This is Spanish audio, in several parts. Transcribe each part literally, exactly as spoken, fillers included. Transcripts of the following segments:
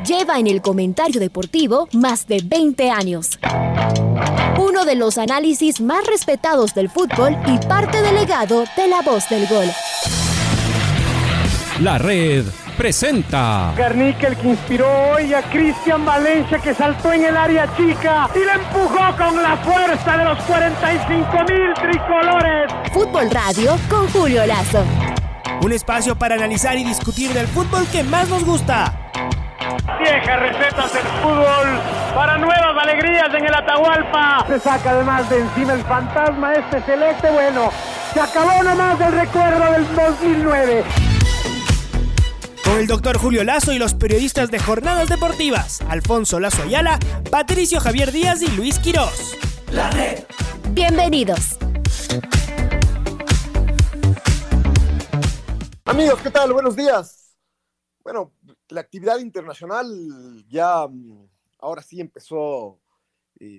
lleva en el comentario deportivo más de veinte años. Uno de los análisis más respetados del fútbol y parte del legado de La Voz del Gol. La Red presenta Garnica, el que inspiró hoy a Cristian Valencia, que saltó en el área chica y le empujó con la fuerza de los cuarenta y cinco mil tricolores. Fútbol Radio con Julio Lazo. Un espacio para analizar y discutir del fútbol que más nos gusta. Viejas recetas del fútbol para nuevas alegrías en el Atahualpa. Se saca además de encima el fantasma este celeste. Bueno, se acabó nomás el recuerdo del dos mil nueve. Con el doctor Julio Lazo y los periodistas de Jornadas Deportivas, Alfonso Lazo Ayala, Patricio Javier Díaz y Luis Quirós. La Red. Bienvenidos. Amigos, ¿qué tal? Buenos días. Bueno, la actividad internacional ya ahora sí empezó eh,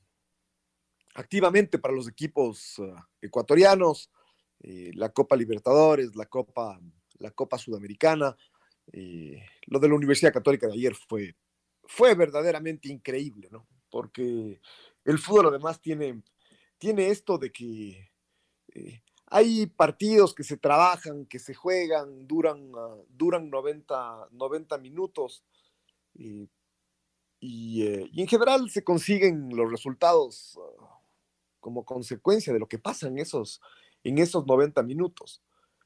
activamente para los equipos uh, ecuatorianos, eh, la Copa Libertadores, la Copa, la Copa Sudamericana. Eh, lo de la Universidad Católica de ayer fue, fue verdaderamente increíble, ¿no? Porque el fútbol además tiene, tiene esto de que eh, hay partidos que se trabajan, que se juegan, duran, uh, duran noventa, noventa minutos eh, y, eh, y en general se consiguen los resultados uh, como consecuencia de lo que pasa en esos, en esos noventa minutos.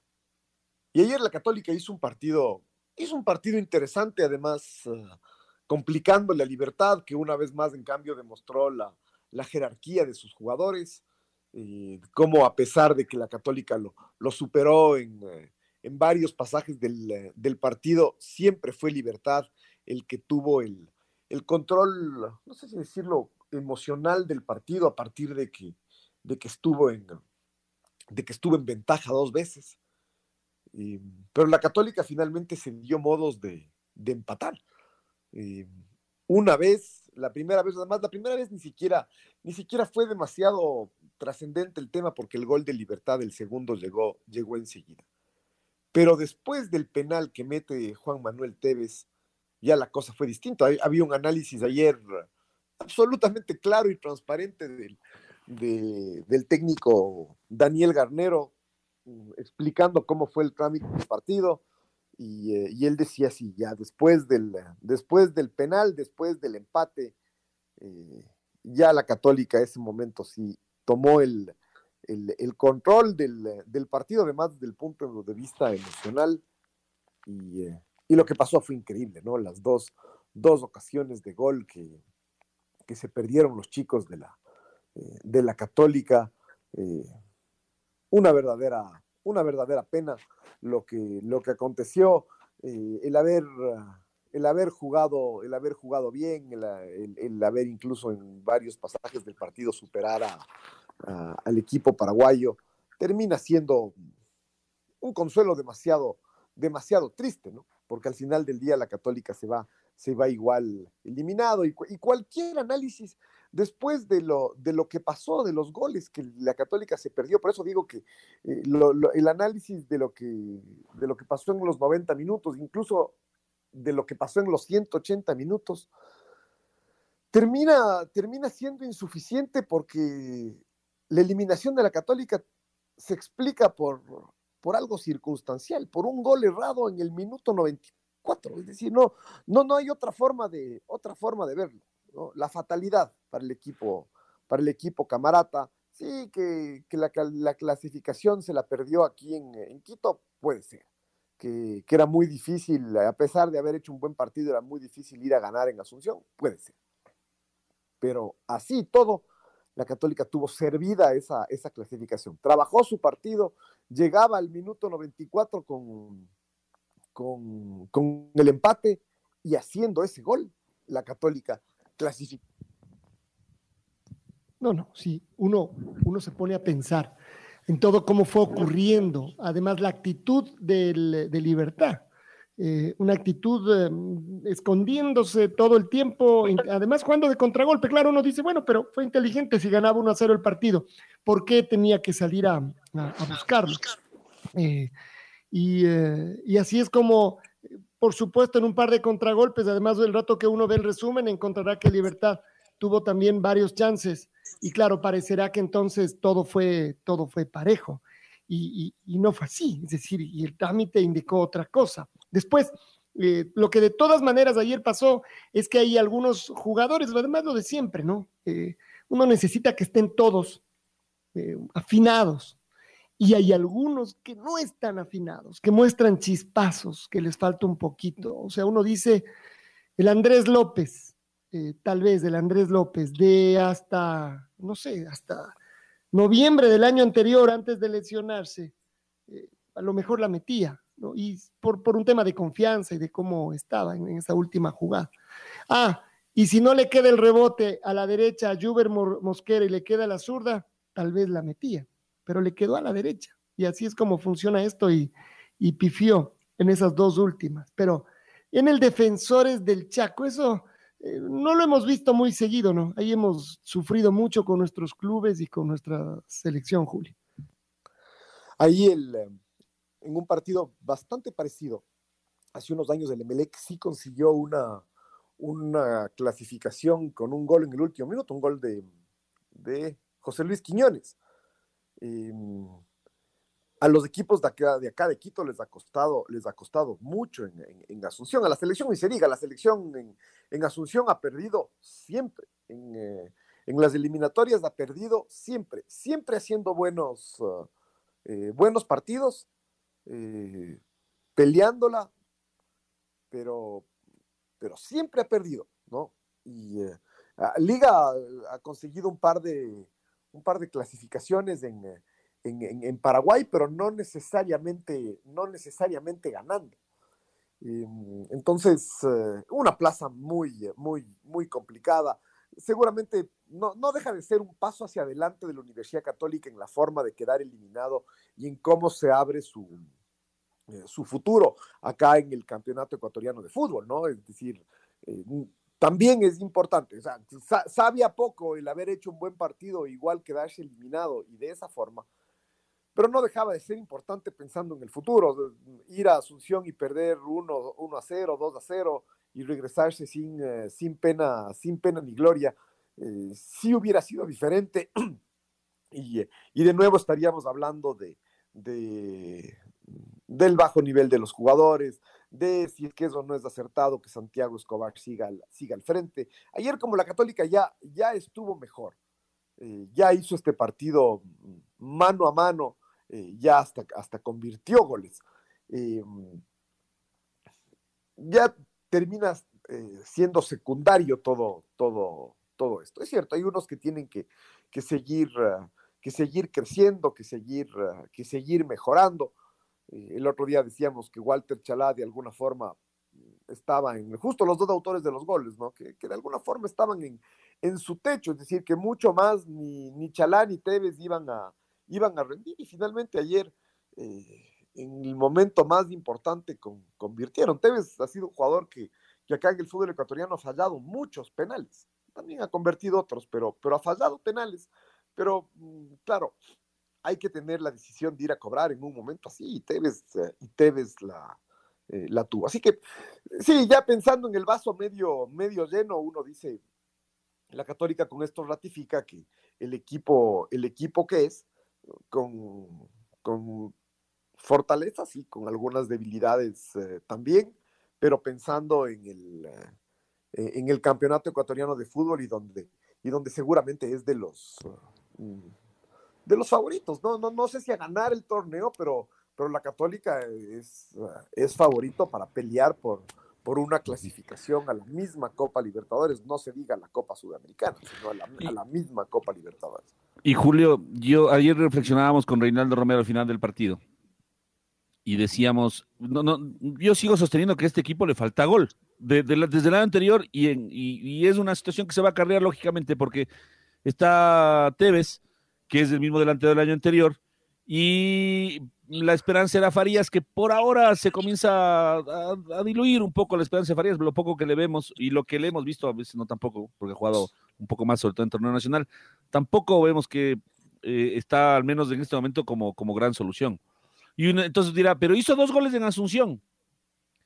Y ayer la Católica hizo un partido, hizo un partido interesante, además uh, complicándole a Libertad, que una vez más en cambio demostró la, la jerarquía de sus jugadores. Eh, como a pesar de que la Católica lo, lo superó en, eh, en varios pasajes del, eh, del partido, siempre fue Libertad el que tuvo el, el control, no sé si decirlo, emocional del partido a partir de que, de que, estuvo, en, de que estuvo en ventaja dos veces. Eh, pero la Católica finalmente se dio modos de, de empatar. Eh, una vez, la primera vez, además la primera vez ni siquiera, ni siquiera fue demasiado trascendente el tema porque el gol de Libertad, el segundo, llegó, llegó enseguida. Pero después del penal que mete Juan Manuel Tevez, ya la cosa fue distinta. Había un análisis ayer absolutamente claro y transparente del, de, del técnico Daniel Garnero, explicando cómo fue el trámite del partido, y, eh, y él decía así, ya después del, después del penal, después del empate, eh, ya la Católica ese momento sí tomó el, el, el control del, del partido, además desde el punto de vista emocional, y, eh, y lo que pasó fue increíble, ¿no? Las dos, dos ocasiones de gol que, que se perdieron los chicos de la, eh, de la Católica, eh, una verdadera, una verdadera pena lo que, lo que aconteció, eh, el haber... el haber jugado, el haber jugado bien, el, el, el haber incluso en varios pasajes del partido superar a, a, al equipo paraguayo, termina siendo un consuelo demasiado, demasiado triste, ¿no? Porque al final del día la Católica se va, se va igual eliminado, y, y cualquier análisis después de lo, de lo que pasó, de los goles que la Católica se perdió, por eso digo que eh, lo, lo, el análisis de lo que, de lo que pasó en los noventa minutos, incluso de lo que pasó en los ciento ochenta minutos, termina, termina siendo insuficiente porque la eliminación de la Católica se explica por, por algo circunstancial, por un gol errado en el minuto noventa y cuatro, es decir, no, no, no hay otra forma de, otra forma de verlo, ¿no? La fatalidad para el equipo, para el equipo camarata, sí, que, que la, la clasificación se la perdió aquí en, en Quito, puede ser. Que, que era muy difícil, a pesar de haber hecho un buen partido, era muy difícil ir a ganar en Asunción, puede ser. Pero así todo, la Católica tuvo servida esa, esa clasificación. Trabajó su partido, llegaba al minuto noventa y cuatro con, con, con el empate, y haciendo ese gol, la Católica clasificó. No, no, sí, uno, uno se pone a pensar en todo cómo fue ocurriendo, además la actitud del, de Libertad, eh, una actitud eh, escondiéndose todo el tiempo, además jugando de contragolpe. Claro, uno dice, bueno, pero fue inteligente si ganaba uno a cero el partido, ¿por qué tenía que salir a, a, a buscarlo? Eh, y, eh, y así es como por supuesto, en un par de contragolpes. Además, del rato que uno ve el resumen, encontrará que Libertad tuvo también varios chances. Y claro, parecerá que entonces todo fue, todo fue parejo. Y, y, y no fue así. Es decir, y el trámite indicó otra cosa. Después, eh, lo que de todas maneras ayer pasó es que hay algunos jugadores, además lo de siempre, ¿no? Eh, uno necesita que estén todos eh, afinados. Y hay algunos que no están afinados, que muestran chispazos, que les falta un poquito. O sea, uno dice, el Andrés López, eh, tal vez el Andrés López, de hasta, no sé, hasta noviembre del año anterior, antes de lesionarse, eh, a lo mejor la metía, ¿no? Y por, por un tema de confianza y de cómo estaba en, en esa última jugada. Ah, y si no le queda el rebote a la derecha a Juber Mosquera y le queda a la zurda, tal vez la metía, pero le quedó a la derecha, y así es como funciona esto, y, y pifió en esas dos últimas. Pero en el Defensores del Chaco, eso eh, no lo hemos visto muy seguido, ¿no? Ahí hemos sufrido mucho con nuestros clubes y con nuestra selección, Julio. Ahí el, en un partido bastante parecido, hace unos años el Emelec sí consiguió una, una clasificación con un gol en el último minuto, un gol de, de José Luis Quiñones. Eh, a los equipos de acá, de acá de Quito les ha costado, les ha costado mucho en, en, en Asunción, a la selección, y se diga, la selección en, en Asunción ha perdido siempre, en, eh, en las eliminatorias ha perdido siempre, siempre haciendo buenos, uh, eh, buenos partidos, eh, peleándola, pero, pero siempre ha perdido, ¿no? Y eh, Liga ha, ha conseguido un par de un par de clasificaciones en, en, en, en Paraguay, pero no necesariamente, no necesariamente ganando. Eh, entonces, eh, una plaza muy, muy, muy complicada. Seguramente no, no deja de ser un paso hacia adelante de la Universidad Católica en la forma de quedar eliminado y en cómo se abre su, eh, su futuro acá en el Campeonato Ecuatoriano de Fútbol, ¿no? Es decir, eh, también es importante, o sea, sabía poco el haber hecho un buen partido, igual quedarse eliminado y de esa forma, pero no dejaba de ser importante pensando en el futuro, ir a Asunción y perder uno a cero, dos a cero y regresarse sin, eh, sin, pena, sin pena ni gloria, eh, sí hubiera sido diferente y, y de nuevo estaríamos hablando de, de, del bajo nivel de los jugadores, de si es que eso no es acertado, que Santiago Escobar siga al, siga al frente. Ayer como la Católica ya, ya estuvo mejor, eh, ya hizo este partido mano a mano, eh, ya hasta, hasta convirtió goles. Eh, ya termina eh, siendo secundario todo, todo, todo esto. Es cierto, hay unos que tienen que, que, seguir, uh, que seguir creciendo, que seguir, uh, que seguir mejorando. El otro día decíamos que Walter Chalá de alguna forma estaba en, justo los dos autores de los goles, ¿no? Que, que de alguna forma estaban en, en su techo, es decir, que mucho más ni, ni Chalá ni Tevez iban a, iban a rendir, y finalmente ayer, eh, en el momento más importante, con, convirtieron. Tevez ha sido un jugador que, que acá en el fútbol ecuatoriano ha fallado muchos penales, también ha convertido otros, pero, pero ha fallado penales, pero claro, hay que tener la decisión de ir a cobrar en un momento así, y Tevez, eh, y Tevez la, eh, la tuvo. Así que, sí, ya pensando en el vaso medio, medio lleno, uno dice, la Católica con esto ratifica que el equipo, el equipo que es, con, con fortalezas y con algunas debilidades eh, también, pero pensando en el, eh, en el campeonato ecuatoriano de fútbol y donde, y donde seguramente es de los... Uh, de los favoritos, no, no, no sé si a ganar el torneo, pero, pero la Católica es, es favorito para pelear por, por una clasificación a la misma Copa Libertadores, no se diga la Copa Sudamericana, sino a la, a la misma Copa Libertadores. Y Julio, yo ayer reflexionábamos con Reinaldo Romero al final del partido y decíamos, no, no, yo sigo sosteniendo que a este equipo le falta gol, de, de la, desde el año anterior, y, en, y, y es una situación que se va a acarrear lógicamente porque está Tevez, que es el mismo delantero del año anterior, y la esperanza era Farías, que por ahora se comienza a, a, a diluir un poco la esperanza de Farías, lo poco que le vemos, y lo que le hemos visto, a veces no tampoco, porque ha jugado un poco más, sobre todo en torneo nacional, tampoco vemos que eh, está, al menos en este momento, como, como gran solución. Y uno, entonces dirá, pero hizo dos goles en Asunción.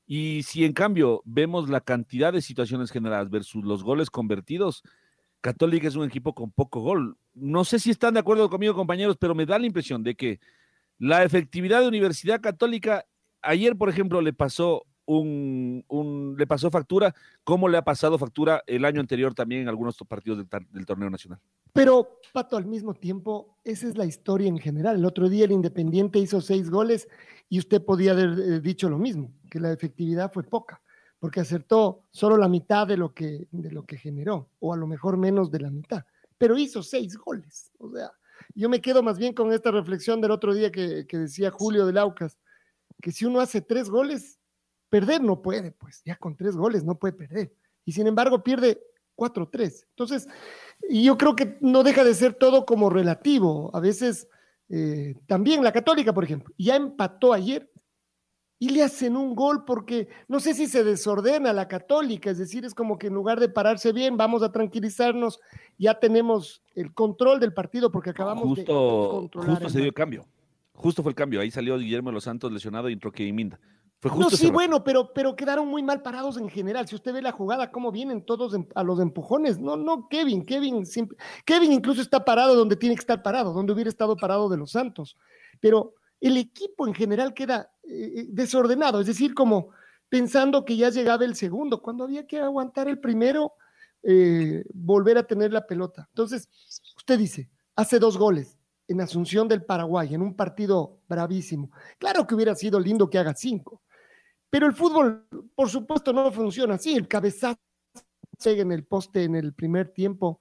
Y si en cambio vemos la cantidad de situaciones generadas versus los goles convertidos, Católica es un equipo con poco gol. No sé si están de acuerdo conmigo, compañeros, pero me da la impresión de que la efectividad de Universidad Católica, ayer, por ejemplo, le pasó un, un le pasó factura, como le ha pasado factura el año anterior también en algunos partidos del, del torneo nacional. Pero, Pato, al mismo tiempo, esa es la historia en general. El otro día el Independiente hizo seis goles y usted podía haber eh, dicho lo mismo, que la efectividad fue poca, porque acertó solo la mitad de lo que, de lo que generó, o a lo mejor menos de la mitad, pero hizo seis goles. O sea, yo me quedo más bien con esta reflexión del otro día que, que decía Julio del Aucas, que si uno hace tres goles, perder no puede, pues ya con tres goles no puede perder, y sin embargo pierde cuatro tres. Entonces, yo creo que no deja de ser todo como relativo. A veces, eh, también la Católica, por ejemplo, ya empató ayer y le hacen un gol porque no sé si se desordena la Católica, es decir, es como que en lugar de pararse bien, vamos a tranquilizarnos, ya tenemos el control del partido porque acabamos justo, de controlar. Justo se dio el cambio, justo fue el cambio, ahí salió Guillermo de los Santos lesionado y entró Kevin Minda. Fue justo no, sí, bueno, pero, pero quedaron muy mal parados en general. Si usted ve la jugada, cómo vienen todos a los empujones. No, no, Kevin, Kevin, siempre, Kevin incluso está parado donde tiene que estar parado, donde hubiera estado parado de los Santos. Pero el equipo en general queda eh, desordenado, es decir, como pensando que ya llegaba el segundo, cuando había que aguantar el primero, eh, volver a tener la pelota. Entonces, usted dice, hace dos goles en Asunción del Paraguay, en un partido bravísimo. Claro que hubiera sido lindo que haga cinco. Pero el fútbol, por supuesto, no funciona así. El cabezazo en el poste en el primer tiempo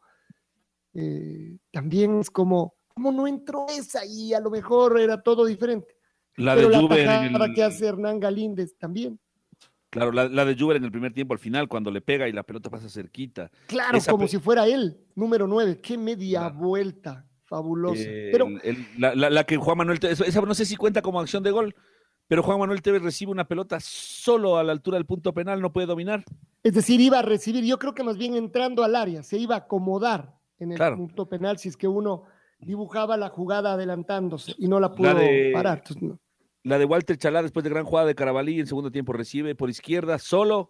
eh, también es como, como no entró esa y a lo mejor era todo diferente. La Pero de la Juve tajada el... que hace Hernán Galíndez también. Claro, la, la de Juve en el primer tiempo, al final, cuando le pega y la pelota pasa cerquita. Claro, esa como pe... si fuera él, número nueve. Qué media claro. vuelta, fabulosa. Eh, Pero el, el, la, la, la que Juan Manuel, esa, esa no sé si cuenta como acción de gol, pero Juan Manuel Tevez recibe una pelota solo a la altura del punto penal, no puede dominar. Es decir, iba a recibir, yo creo que más bien entrando al área, se iba a acomodar en el claro. punto penal si es que uno dibujaba la jugada adelantándose y no la pudo la de, parar. Entonces, no. La de Walter Chalá después de gran jugada de Carabalí, en segundo tiempo recibe por izquierda, solo,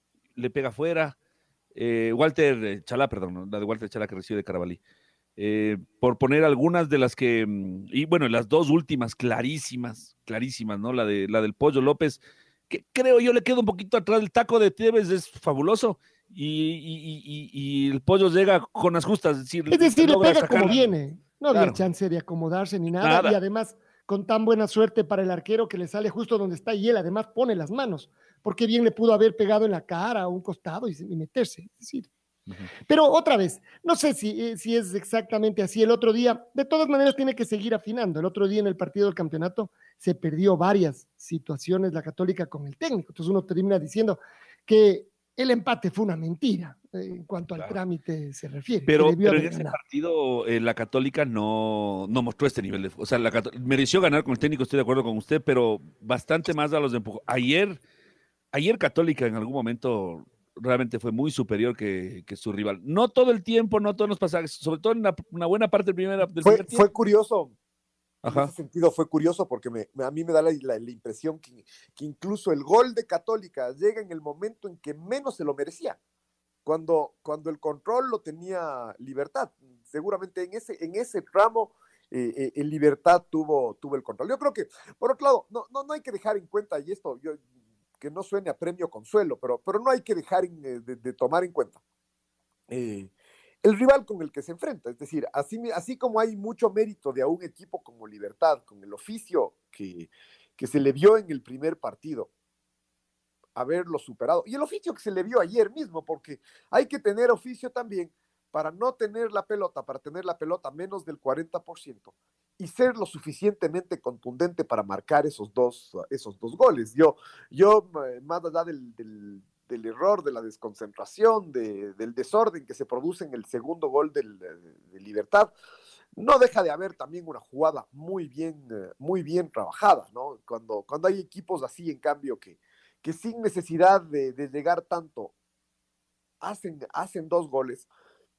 le pega afuera. Eh, Walter Chalá, perdón, ¿no? La de Walter Chalá que recibe de Carabalí. Eh, por poner algunas de las que, y bueno, las dos últimas clarísimas, clarísimas, ¿no? La de la del Pollo López, que creo yo le quedo un poquito atrás, el taco de Tevez es fabuloso, y, y, y, y el Pollo llega con las justas, es decir, es decir le pega sacar... como viene, no claro. había chance de acomodarse ni nada, nada, y además con tan buena suerte para el arquero que le sale justo donde está y él además pone las manos, porque bien le pudo haber pegado en la cara a un costado y, y meterse, es decir. Pero otra vez, no sé si, si es exactamente así el otro día, de todas maneras tiene que seguir afinando. El otro día en el partido del campeonato se perdió varias situaciones la Católica con el técnico, entonces uno termina diciendo que el empate fue una mentira eh, en cuanto claro. al trámite se refiere. Pero, pero en ese ganado. partido eh, la Católica no, no mostró este nivel de, o sea, la mereció ganar con el técnico, estoy de acuerdo con usted, pero bastante más a los de empujón. Ayer, ayer Católica en algún momento realmente fue muy superior que, que su rival. No todo el tiempo, no todos los pasajes, sobre todo en una, una buena parte del, primera, del fue, primer tiempo. Fue curioso, Ajá. en ese sentido fue curioso porque me, a mí me da la, la, la impresión que, que incluso el gol de Católica llega en el momento en que menos se lo merecía, cuando, cuando el control lo tenía Libertad. Seguramente en ese, en ese tramo eh, eh, el Libertad tuvo, tuvo el control. Yo creo que, por otro lado, no, no, no hay que dejar en cuenta, y esto yo que no suene a premio consuelo, pero, pero no hay que dejar en, de, de tomar en cuenta eh, el rival con el que se enfrenta. Es decir, así, así como hay mucho mérito de a un equipo como Libertad, con el oficio que, que se le vio en el primer partido, haberlo superado, y el oficio que se le vio ayer mismo, porque hay que tener oficio también para no tener la pelota, para tener la pelota menos del cuarenta por ciento, y ser lo suficientemente contundente para marcar esos dos, esos dos goles. Yo, yo más allá del, del, del error, de la desconcentración, de, del desorden que se produce en el segundo gol del, de, de Libertad, no deja de haber también una jugada muy bien, muy bien trabajada, ¿no? Cuando, cuando hay equipos así, en cambio, que, que sin necesidad de, de llegar tanto, hacen, hacen dos goles,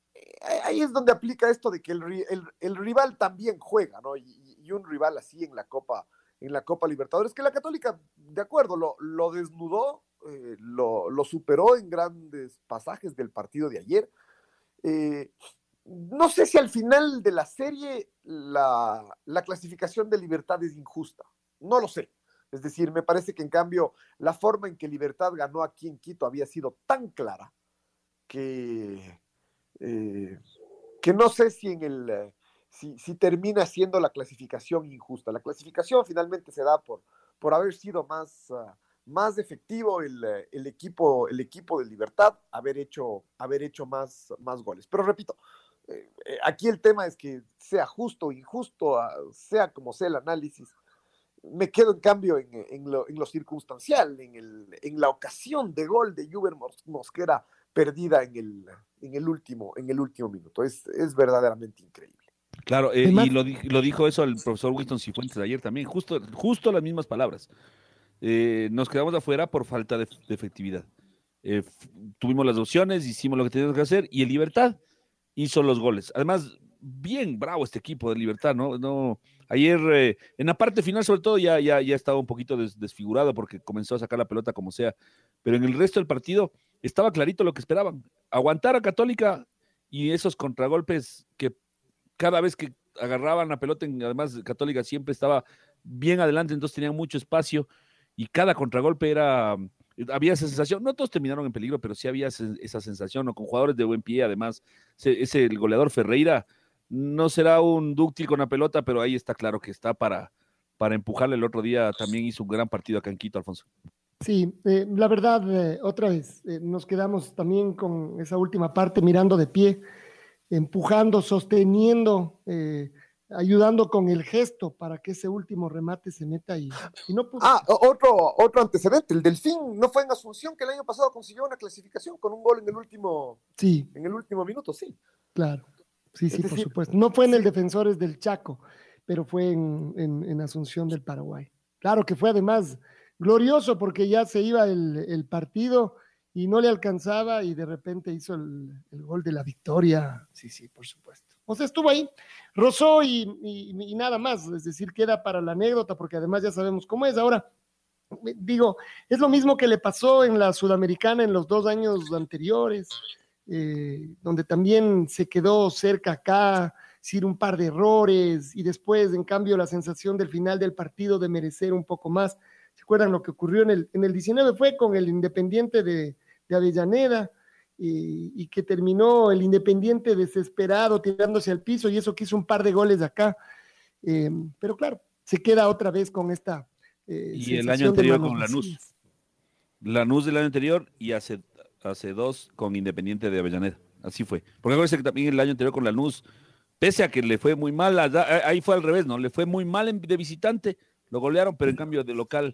ahí es donde aplica esto de que el, el, el rival también juega, ¿no? Y, y un rival así en la Copa, en la Copa Libertadores, que la Católica, de acuerdo, lo, lo desnudó, eh, lo, lo superó en grandes pasajes del partido de ayer. Eh, no sé si al final de la serie la, la clasificación de Libertad es injusta, no lo sé. Es decir, me parece que en cambio la forma en que Libertad ganó aquí en Quito había sido tan clara que, eh, que no sé si, en el, si, si termina siendo la clasificación injusta. La clasificación finalmente se da por, por haber sido más, uh, más efectivo el, el, equipo, el equipo de Libertad, haber hecho, haber hecho más, más goles. Pero repito, eh, aquí el tema es que sea justo o injusto, uh, sea como sea el análisis, me quedo en cambio en, en, lo, en lo circunstancial, en, el, en la ocasión de gol de Juber Mosquera perdida en el, en el, último, en el último minuto. Es, es verdaderamente increíble. Claro, eh, y lo, lo dijo eso el profesor Winston Cifuentes ayer también, justo, justo las mismas palabras. Eh, nos quedamos afuera por falta de, de efectividad. Eh, f- tuvimos las opciones, hicimos lo que teníamos que hacer y el Libertad hizo los goles. Además, bien bravo este equipo de Libertad, ¿no? no ayer, eh, en la parte final sobre todo, ya, ya, ya estaba un poquito des, desfigurado porque comenzó a sacar la pelota como sea, pero en el resto del partido estaba clarito lo que esperaban. Aguantar a Católica y esos contragolpes que cada vez que agarraban la pelota, además Católica siempre estaba bien adelante, entonces tenían mucho espacio y cada contragolpe era, había esa sensación, no todos terminaron en peligro, pero sí había esa sensación, ¿no? Con jugadores de buen pie, además, ese, ese el goleador Ferreira no será un dúctil con la pelota, pero ahí está claro que está para, para empujarle. El otro día también hizo un gran partido acá en Quito, Alfonso. Sí, eh, la verdad, eh, otra vez, eh, nos quedamos también con esa última parte mirando de pie, empujando, sosteniendo, eh, ayudando con el gesto para que ese último remate se meta y, y no pudo. Ah, otro, otro antecedente, el Delfín no fue en Asunción, que el año pasado consiguió una clasificación con un gol en el último, sí. en el último minuto, sí. Claro, sí, sí, es decir, por supuesto. No fue en sí. el Defensores del Chaco, pero fue en, en, en Asunción del Paraguay. Claro que fue además glorioso porque ya se iba el, el partido y no le alcanzaba y de repente hizo el, el gol de la victoria. Sí, sí, por supuesto. O sea, estuvo ahí, rozó y, y, y nada más, es decir, queda para la anécdota porque además ya sabemos cómo es. Ahora, digo, es lo mismo que le pasó en la Sudamericana en los dos años anteriores, eh, donde también se quedó cerca acá, sin un par de errores y después, en cambio, la sensación del final del partido de merecer un poco más. ¿Se acuerdan lo que ocurrió en el, en el diecinueve? Fue con el Independiente de, de Avellaneda y, y que terminó el Independiente desesperado tirándose al piso y eso que hizo un par de goles acá. Eh, pero claro, se queda otra vez con esta eh, y el año anterior con Lanús. vacías. Lanús del año anterior y hace, hace dos con Independiente de Avellaneda. Así fue. Porque acuérdense que también el año anterior con Lanús, pese a que le fue muy mal, ahí fue al revés, ¿no? Le fue muy mal de visitante, lo golearon, pero en cambio de local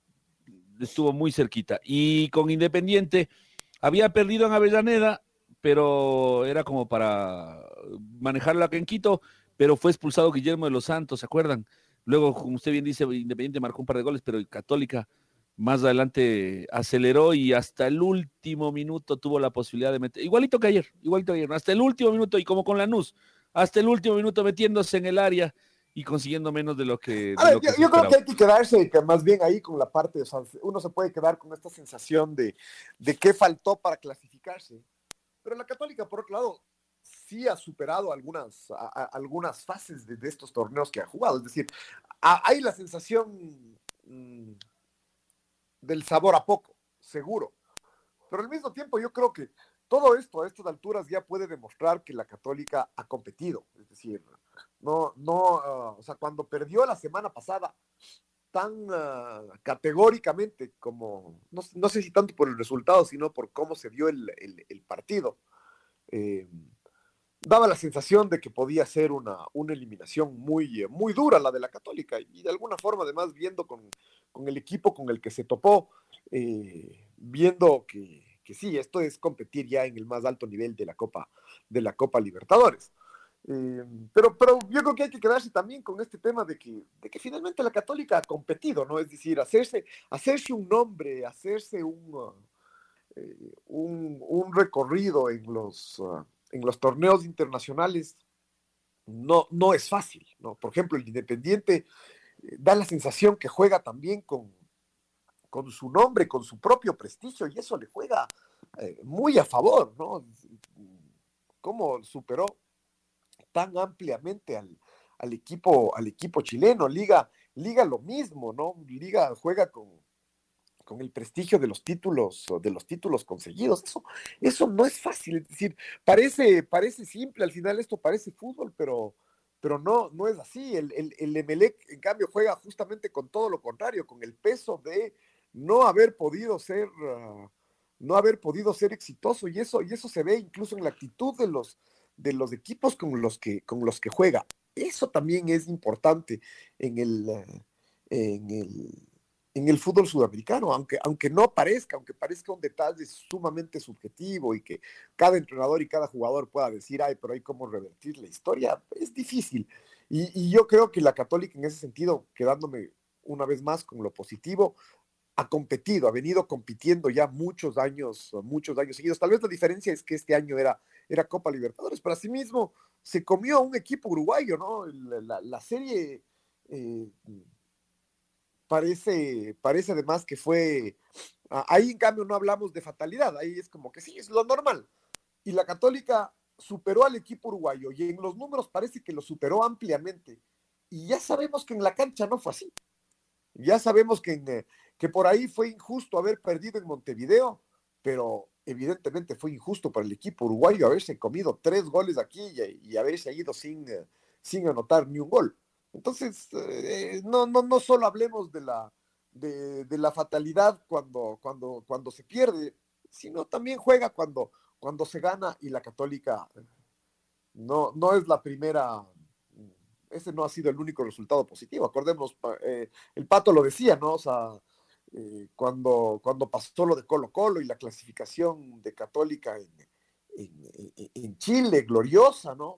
estuvo muy cerquita. Y con Independiente había perdido en Avellaneda, pero era como para manejarlo acá en Quito, pero fue expulsado Guillermo de los Santos, ¿se acuerdan? Luego, como usted bien dice, Independiente marcó un par de goles, pero Católica más adelante aceleró y hasta el último minuto tuvo la posibilidad de meter, igualito que ayer, igualito que ayer, hasta el último minuto, y como con Lanús, hasta el último minuto metiéndose en el área y consiguiendo menos de lo que, de A ver, lo que yo, yo creo que hay que quedarse que más bien ahí con la parte, o sea, uno se puede quedar con esta sensación de, de qué faltó para clasificarse, pero la Católica, por otro lado, sí ha superado algunas, a, a, algunas fases de, de estos torneos que ha jugado, es decir, a, hay la sensación mmm, del sabor a poco, seguro, pero al mismo tiempo yo creo que todo esto a estas alturas ya puede demostrar que la Católica ha competido, es decir, no, no, uh, o sea, cuando perdió la semana pasada tan uh, categóricamente como, no, no sé si tanto por el resultado, sino por cómo se dio el, el, el partido, eh, daba la sensación de que podía ser una, una eliminación muy, muy dura la de la Católica, y de alguna forma además viendo con, con el equipo con el que se topó, eh, viendo que, que sí, esto es competir ya en el más alto nivel de la Copa, de la Copa Libertadores. Eh, pero, pero yo creo que hay que quedarse también con este tema de que, de que finalmente la Católica ha competido, ¿no? Es decir, hacerse, hacerse un nombre, hacerse un, uh, eh, un, un recorrido en los, uh, en los torneos internacionales no, no es fácil, ¿no? Por ejemplo, el Independiente eh, da la sensación que juega también con, con su nombre, con su propio prestigio, y eso le juega eh, muy a favor, ¿no? Cómo superó tan ampliamente al, al equipo, al equipo chileno. Liga, Liga lo mismo, ¿no? Liga juega con, con el prestigio de los títulos, de los títulos conseguidos. Eso, eso no es fácil, es decir, parece, parece simple, al final esto parece fútbol, pero, pero no, no es así. El, el, el Emelec, en cambio, juega justamente con todo lo contrario, con el peso de no haber podido ser, uh, no haber podido ser exitoso, y eso, y eso se ve incluso en la actitud de los, de los equipos con los que, con los que juega. Eso también es importante en el, uh, en el, en el fútbol sudamericano, aunque, aunque no parezca, aunque parezca un detalle sumamente subjetivo y que cada entrenador y cada jugador pueda decir, ay, pero hay cómo revertir la historia, es difícil. Y, y yo creo que la Católica en ese sentido, quedándome una vez más con lo positivo, ha competido, ha venido compitiendo ya muchos años, muchos años seguidos. Tal vez la diferencia es que este año era, era Copa Libertadores, pero asimismo se comió a un equipo uruguayo, ¿no? La, la, la serie eh, parece, parece además que fue, ahí en cambio no hablamos de fatalidad, ahí es como que sí, es lo normal. Y la Católica superó al equipo uruguayo, y en los números parece que lo superó ampliamente. Y ya sabemos que en la cancha no fue así. Ya sabemos que, en, que por ahí fue injusto haber perdido en Montevideo, pero evidentemente fue injusto para el equipo uruguayo haberse comido tres goles aquí y, y haberse ido sin, sin anotar ni un gol. Entonces, eh, no, no, no solo hablemos de la, de, de la fatalidad cuando, cuando, cuando se pierde, sino también juega cuando, cuando se gana, y la Católica no, no es la primera. Ese no ha sido el único resultado positivo. Acordemos, eh, el Pato lo decía, ¿no? O sea, eh, cuando, cuando pasó lo de Colo-Colo y la clasificación de Católica en, en, en, en Chile, gloriosa, ¿no?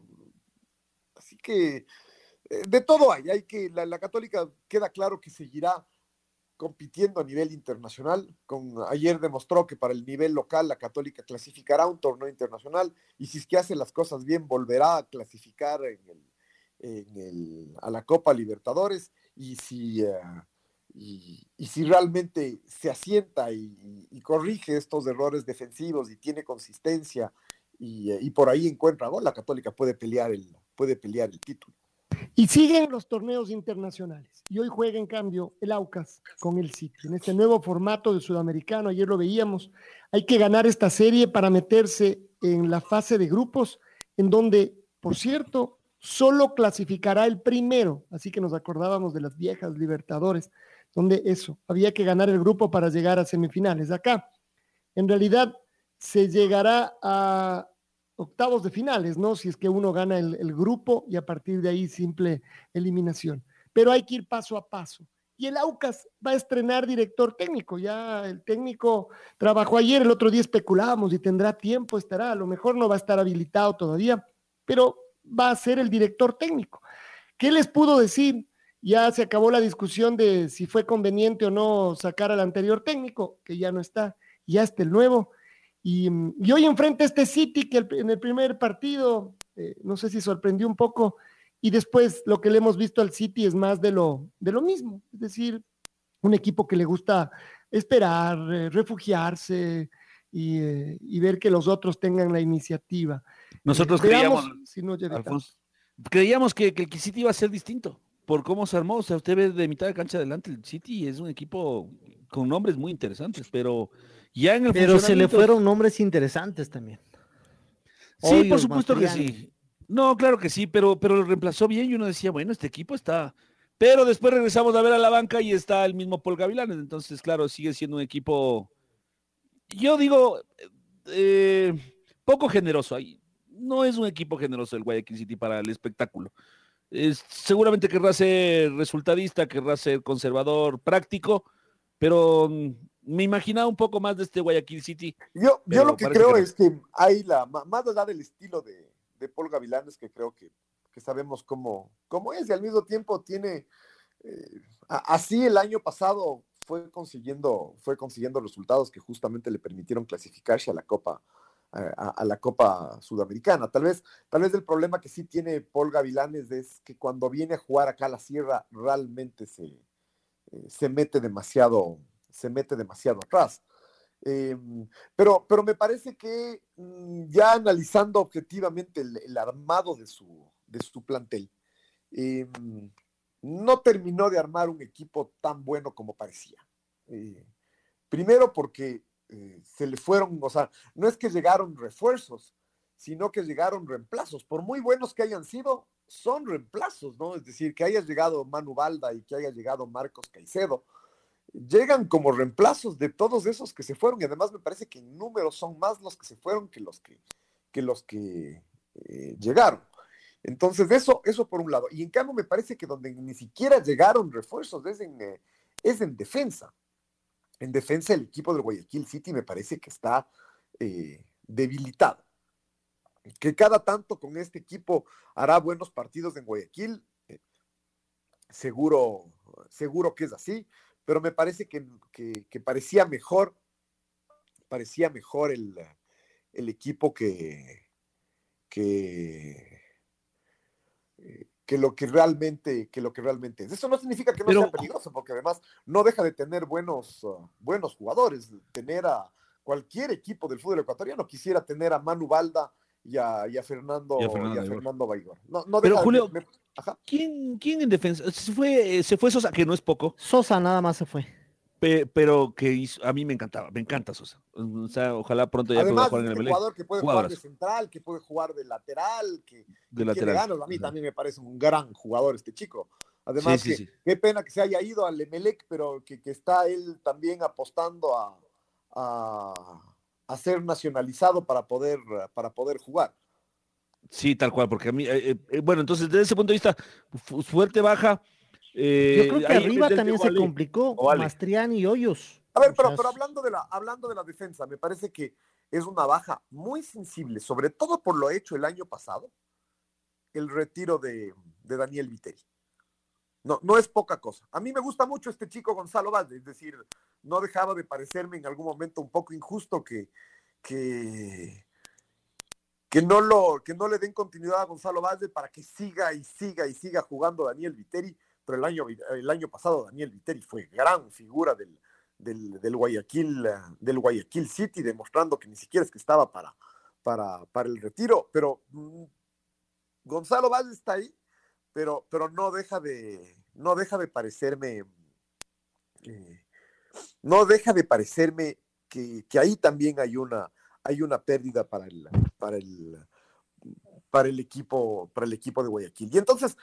Así que eh, de todo hay. hay que, la, la Católica queda claro que seguirá compitiendo a nivel internacional. Con, ayer demostró que para el nivel local la Católica clasificará a un torneo internacional, y si es que hace las cosas bien, volverá a clasificar en el En el, a la Copa Libertadores, y si, uh, y, y si realmente se asienta y, y, y corrige estos errores defensivos y tiene consistencia y, y por ahí encuentra gol, la Católica puede pelear el, puede pelear el título. Y siguen los torneos internacionales, y hoy juega en cambio el Aucas con el City, en este nuevo formato de sudamericano. Ayer lo veíamos, hay que ganar esta serie para meterse en la fase de grupos, en donde, por cierto, solo clasificará el primero, así que nos acordábamos de las viejas Libertadores, donde eso, había que ganar el grupo para llegar a semifinales. Acá, en realidad, se llegará a octavos de finales, ¿no? Si es que uno gana el, el grupo, y a partir de ahí simple eliminación. Pero hay que ir paso a paso. Y el Aucas va a estrenar director técnico. Ya el técnico trabajó ayer, el otro día especulábamos y tendrá tiempo, estará, a lo mejor no va a estar habilitado todavía, pero va a ser el director técnico. ¿Qué les pudo decir? Ya se acabó la discusión de si fue conveniente o no sacar al anterior técnico, que ya no está, ya está el nuevo. Y, y hoy enfrenta a este City que el, en el primer partido, eh, no sé si sorprendió un poco, y después lo que le hemos visto al City es más de lo, de lo mismo, es decir, un equipo que le gusta esperar, eh, refugiarse y, eh, y ver que los otros tengan la iniciativa. Nosotros eh, veamos, creíamos, si no, Alfonso, creíamos que, que el City iba a ser distinto por cómo se armó. O sea, usted ve de mitad de cancha adelante, el City es un equipo con nombres muy interesantes, pero ya en el Pero se le fueron nombres interesantes también. Sí, Hoyos, por supuesto Mastriani. que sí. No, claro que sí, pero, pero lo reemplazó bien y uno decía, bueno, este equipo está... Pero después regresamos a ver a la banca y está el mismo Paul Gavilanes. Entonces, claro, sigue siendo un equipo, yo digo, eh, poco generoso. No es un equipo generoso el Guayaquil City para el espectáculo. Es, seguramente querrá ser resultadista, querrá ser conservador, práctico, pero me imaginaba un poco más de este Guayaquil City. Yo, yo lo que creo que no. es que hay la, más allá del estilo de, de Paul Gavilanes, que creo que, que sabemos cómo, cómo es, y al mismo tiempo tiene, eh, así el año pasado fue consiguiendo, fue consiguiendo resultados que justamente le permitieron clasificarse a la Copa, a, a la Copa Sudamericana. Tal vez, tal vez el problema que sí tiene Paul Gavilanes es que cuando viene a jugar acá a la Sierra realmente se, eh, se mete demasiado, se mete demasiado atrás. Eh, pero, pero me parece que mm, ya analizando objetivamente el, el armado de su, de su plantel, eh, no terminó de armar un equipo tan bueno como parecía. Eh, primero porque eh, se le fueron, o sea, no es que llegaron refuerzos, sino que llegaron reemplazos. Por muy buenos que hayan sido, son reemplazos, ¿no? Es decir, que haya llegado Manu Balda y que haya llegado Marcos Caicedo, llegan como reemplazos de todos esos que se fueron, y además me parece que en números son más los que se fueron que los que, que, los que eh, llegaron. Entonces, eso, eso por un lado. Y en cambio me parece que donde ni siquiera llegaron refuerzos es en, eh, es en defensa. En defensa el equipo del Guayaquil City me parece que está eh, debilitado. Que cada tanto con este equipo hará buenos partidos en Guayaquil, eh, seguro, seguro que es así, pero me parece que, que, que parecía mejor, parecía mejor el, el equipo que, que, que lo que realmente, que lo que realmente es. Eso no significa que no pero, sea peligroso, porque además no deja de tener buenos, uh, buenos jugadores. Tener a cualquier equipo del fútbol ecuatoriano quisiera tener a Manu Balda y a, y a Fernando, y a Fernando, y a Fernando Baigor. No, no pero Julio, de, me, ajá. ¿quién, ¿quién en defensa? Se fue, se fue Sosa, que no es poco. Sosa nada más se fue. Pe, pero que hizo, a mí me encantaba, me encanta Sosa. O sea, ojalá pronto ya además, pueda jugar en el un jugador que puede jugar de central, que puede jugar de lateral, que, de que lateral. tiene ganas. A mí uh-huh. también me parece un gran jugador este chico. Además, sí, sí, que, sí. qué pena que se haya ido al Emelec, pero que, que está él también apostando a, a, a ser nacionalizado para poder, para poder jugar. Sí, tal cual, porque a mí, eh, eh, bueno, entonces desde ese punto de vista, fu- fuerte, baja. Eh, Yo creo que arriba también se complicó, vale. Mastriani y Hoyos. A ver, pero, pero hablando, de la, hablando de la defensa, me parece que es una baja muy sensible, sobre todo por lo hecho el año pasado, el retiro de, de Daniel Viteri. No, no es poca cosa. A mí me gusta mucho este chico Gonzalo Valde, es decir, no dejaba de parecerme en algún momento un poco injusto que, que, que, no, lo, que no le den continuidad a Gonzalo Valde para que siga y siga y siga jugando Daniel Viteri, pero el año, el año pasado Daniel Viteri fue gran figura del, del, del, Guayaquil, del Guayaquil City, demostrando que ni siquiera es que estaba para, para, para el retiro, pero mmm, Gonzalo Valde está ahí, pero, pero no deja de, no deja de parecerme, eh, no deja de parecerme que, que ahí también hay una, hay una pérdida para el, para el, para el equipo, para el equipo de Guayaquil. Y entonces,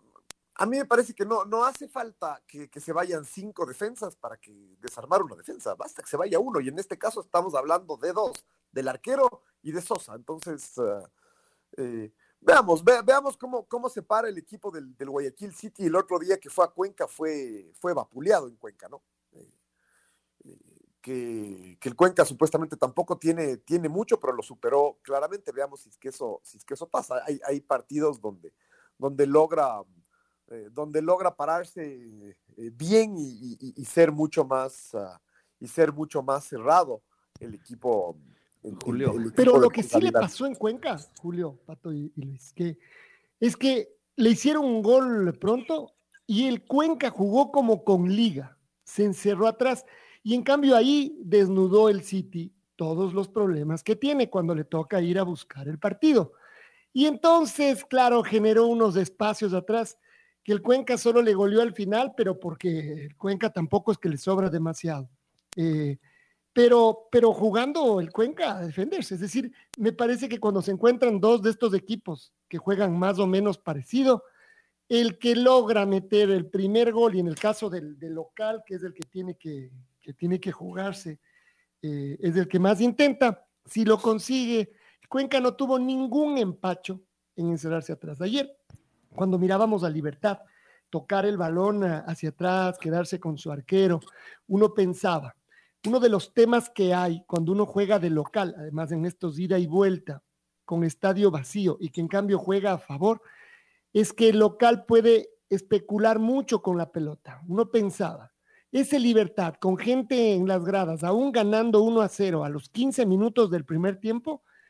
a mí me parece que no, no hace falta que, que se vayan cinco defensas para que desarmar una defensa, basta que se vaya uno, y en este caso estamos hablando de dos, del arquero y de Sosa. Entonces, uh, eh, Veamos, ve, veamos cómo, cómo se para el equipo del, del Guayaquil City. El otro día que fue a Cuenca fue, fue vapuleado en Cuenca, ¿no? Eh, eh, que, que el Cuenca supuestamente tampoco tiene, tiene mucho, pero lo superó claramente. Veamos si es que eso, si es que eso pasa. Hay, hay partidos donde, donde, logra, eh, donde logra pararse eh, bien y, y, y ser mucho más uh, y ser mucho más cerrado el equipo. El, Julio. El, el Pero lo que sí le pasó en Cuenca, Julio, Pato y, y Luis, que es que le hicieron un gol pronto y el Cuenca jugó como con liga, se encerró atrás y en cambio ahí desnudó el City todos los problemas que tiene cuando le toca ir a buscar el partido. Y entonces, claro, generó unos espacios atrás que el Cuenca solo le goleó al final, pero porque el Cuenca tampoco es que le sobra demasiado. Eh, Pero, pero jugando el Cuenca a defenderse, es decir, me parece que cuando se encuentran dos de estos equipos que juegan más o menos parecido, el que logra meter el primer gol, y en el caso del, del local, que es el que tiene que, que, tiene que jugarse, eh, es el que más intenta, si lo consigue, Cuenca no tuvo ningún empacho en encerrarse atrás. Ayer, cuando mirábamos a Libertad, tocar el balón hacia atrás, quedarse con su arquero, uno pensaba, uno de los temas que hay cuando uno juega de local, además en estos ida y vuelta, con estadio vacío y que en cambio juega a favor, es que el local puede especular mucho con la pelota. Uno pensaba, ese Libertad con gente en las gradas, aún ganando uno a cero a los quince minutos del primer tiempo,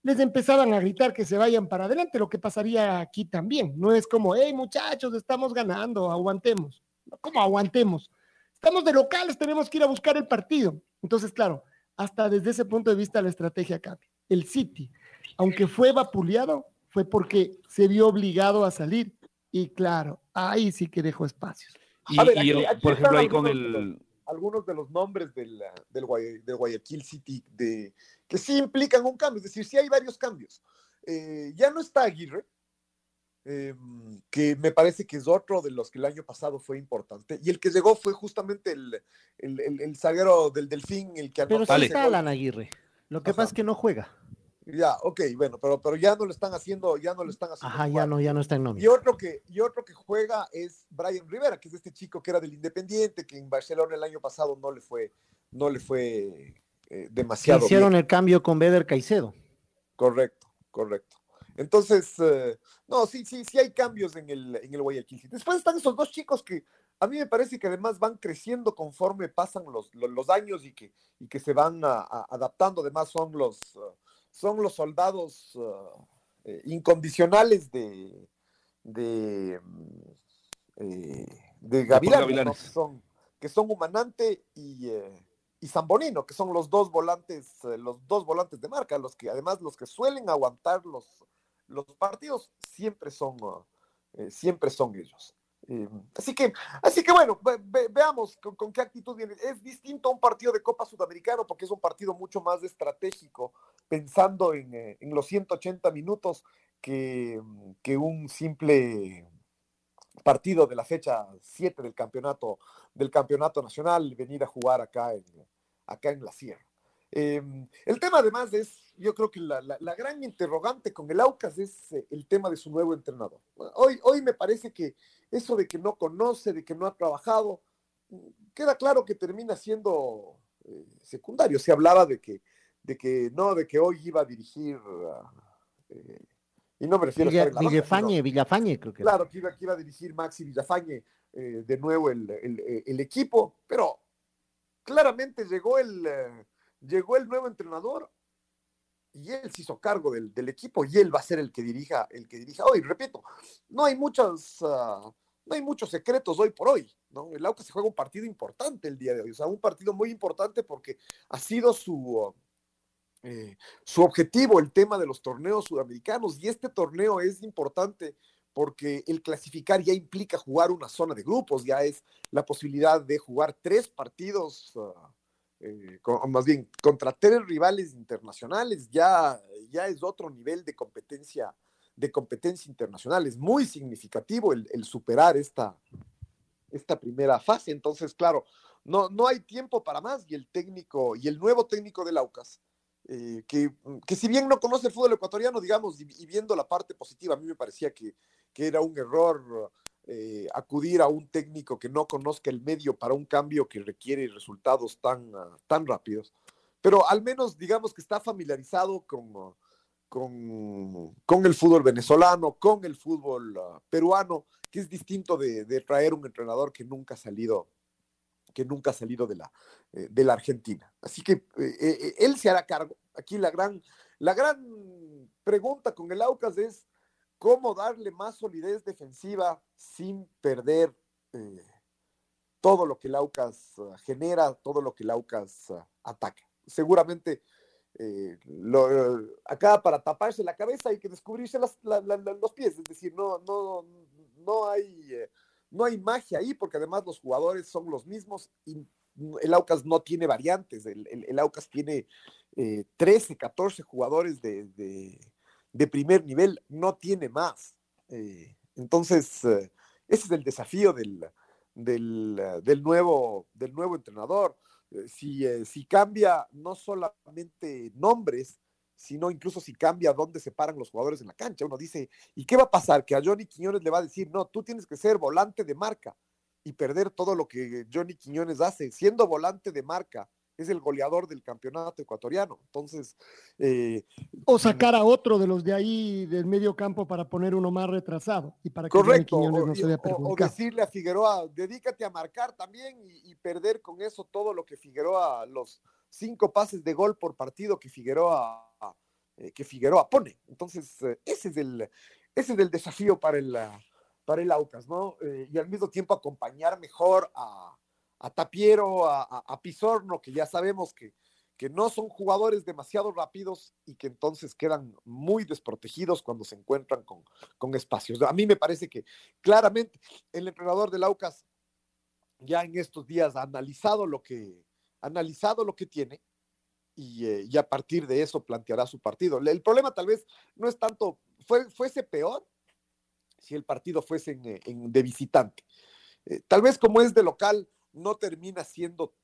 les empezaban a gritar que se vayan para adelante, lo que pasaría aquí también. No es como, hey muchachos, estamos ganando, aguantemos. ¿Cómo aguantemos? Estamos de locales, tenemos que ir a buscar el partido. Entonces, claro, hasta desde ese punto de vista la estrategia cambia. El City, aunque fue vapuleado, fue porque se vio obligado a salir. Y claro, ahí sí que dejó espacios. Y, ver, aquí, y aquí por ejemplo, ahí con el... De los, algunos de los nombres del, del, del Guayaquil City de, que sí implican un cambio. Es decir, sí hay varios cambios. Eh, ya no está Aguirre, eh, que me parece que es otro de los que el año pasado fue importante. Y el que llegó fue justamente el, el, el, el zaguero del Delfín, el que anotó. Pero sí está Alan Aguirre. Lo que Ajá. pasa es que no juega. Ya, ok, bueno, pero, pero ya no lo están haciendo, ya no lo están haciendo. Ajá, ya no, ya no está en nómina. Y otro que, y otro que juega es Brian Rivera, que es este chico que era del Independiente, que en Barcelona el año pasado no le fue, no le fue eh, demasiado. Que hicieron bien. el cambio con Beder Caicedo. Correcto, correcto. Entonces, eh, no, sí, sí, sí hay cambios en el, en el Guayaquil. Después están esos dos chicos que a mí me parece que además van creciendo conforme pasan los, los, los años y que, y que se van a, a, adaptando. Además son los... Uh, son los soldados uh, eh, incondicionales de de, eh, de Gavilanes, ¿no? que, son, que son Humanante y, eh, y Zambonino, que son los dos volantes, eh, los dos volantes de marca, los que además los que suelen aguantar los, los partidos siempre son, uh, eh, siempre son ellos. Eh, así que, así que bueno, ve, ve, veamos con, con qué actitud viene. Es distinto a un partido de Copa Sudamericano porque es un partido mucho más estratégico, pensando en, eh, en los ciento ochenta minutos que, que un simple partido de la fecha siete del campeonato, del campeonato nacional, venir a jugar acá en, acá en la Sierra. Eh, el tema además es, yo creo que la, la, la gran interrogante con el Aucas es eh, el tema de su nuevo entrenador. Hoy, hoy me parece que eso de que no conoce, de que no ha trabajado, queda claro que termina siendo eh, secundario. Se hablaba de que, de que no, de que hoy iba a dirigir, uh, eh, y no me refiero Villa, a estar en la Villafañe, banca, Villafañe creo que claro, que iba, que iba a dirigir Maxi Villafañe eh, de nuevo el, el, el equipo, pero claramente llegó el... Eh, Llegó el nuevo entrenador y él se hizo cargo del, del equipo y él va a ser el que dirija, el que dirija hoy. Repito, no hay muchos, uh, no hay muchos secretos hoy por hoy, ¿no? El Aucas se juega un partido importante el día de hoy, o sea, un partido muy importante porque ha sido su, uh, eh, su objetivo el tema de los torneos sudamericanos, y este torneo es importante porque el clasificar ya implica jugar una zona de grupos, ya es la posibilidad de jugar tres partidos. Uh, Eh, con, más bien contra tres rivales internacionales, ya, ya es otro nivel de competencia, de competencia internacional. Es muy significativo el, el superar esta, esta primera fase. Entonces, claro, no, no hay tiempo para más, y el técnico, y el nuevo técnico del Aucas, eh, que, que si bien no conoce el fútbol ecuatoriano, digamos, y, y viendo la parte positiva, a mí me parecía que, que era un error Eh, acudir a un técnico que no conozca el medio para un cambio que requiere resultados tan, uh, tan rápidos, pero al menos digamos que está familiarizado con, uh, con, con el fútbol venezolano, con el fútbol uh, peruano, que es distinto de, de traer un entrenador que nunca ha salido que nunca ha salido de la, eh, de la Argentina. Así que eh, eh, él se hará cargo. Aquí la gran, la gran pregunta con el Aucas es cómo darle más solidez defensiva sin perder eh, todo lo que el Aucas uh, genera, todo lo que el Aucas uh, ataca. Seguramente eh, lo, uh, acá para taparse la cabeza hay que descubrirse las, la, la, la, los pies, es decir, no, no, no, hay, eh, no hay magia ahí, porque además los jugadores son los mismos y el Aucas no tiene variantes. El, el, el Aucas tiene eh, trece, catorce jugadores de... de de primer nivel, no tiene más. Eh, entonces, eh, ese es el desafío del, del, del, nuevo, del nuevo entrenador. Eh, si, eh, si cambia no solamente nombres, sino incluso si cambia dónde se paran los jugadores en la cancha. Uno dice, ¿y qué va a pasar? Que a Johnny Quiñones le va a decir, no, tú tienes que ser volante de marca y perder todo lo que Johnny Quiñones hace. Siendo volante de marca, es el goleador del campeonato ecuatoriano. Entonces, eh, o sacar a otro de los de ahí del medio campo para poner uno más retrasado y para que correcto, Quiñones no o, se vea perjudicado. O decirle a Figueroa, dedícate a marcar también y, y perder con eso todo lo que Figueroa, los cinco pases de gol por partido que Figueroa eh, que Figueroa pone. Entonces, eh, ese, es el, ese es el desafío para el, para el Aucas, ¿no? Eh, y al mismo tiempo acompañar mejor a, a Tapiero, a, a, a Pizorno, que ya sabemos que, que no son jugadores demasiado rápidos y que entonces quedan muy desprotegidos cuando se encuentran con, con espacios. A mí me parece que claramente el entrenador del Aucas ya en estos días ha analizado lo que, analizado lo que tiene y, eh, y a partir de eso planteará su partido. El problema tal vez no es tanto, fue, fuese peor si el partido fuese en, en, de visitante. Eh, tal vez como es de local, no termina siendo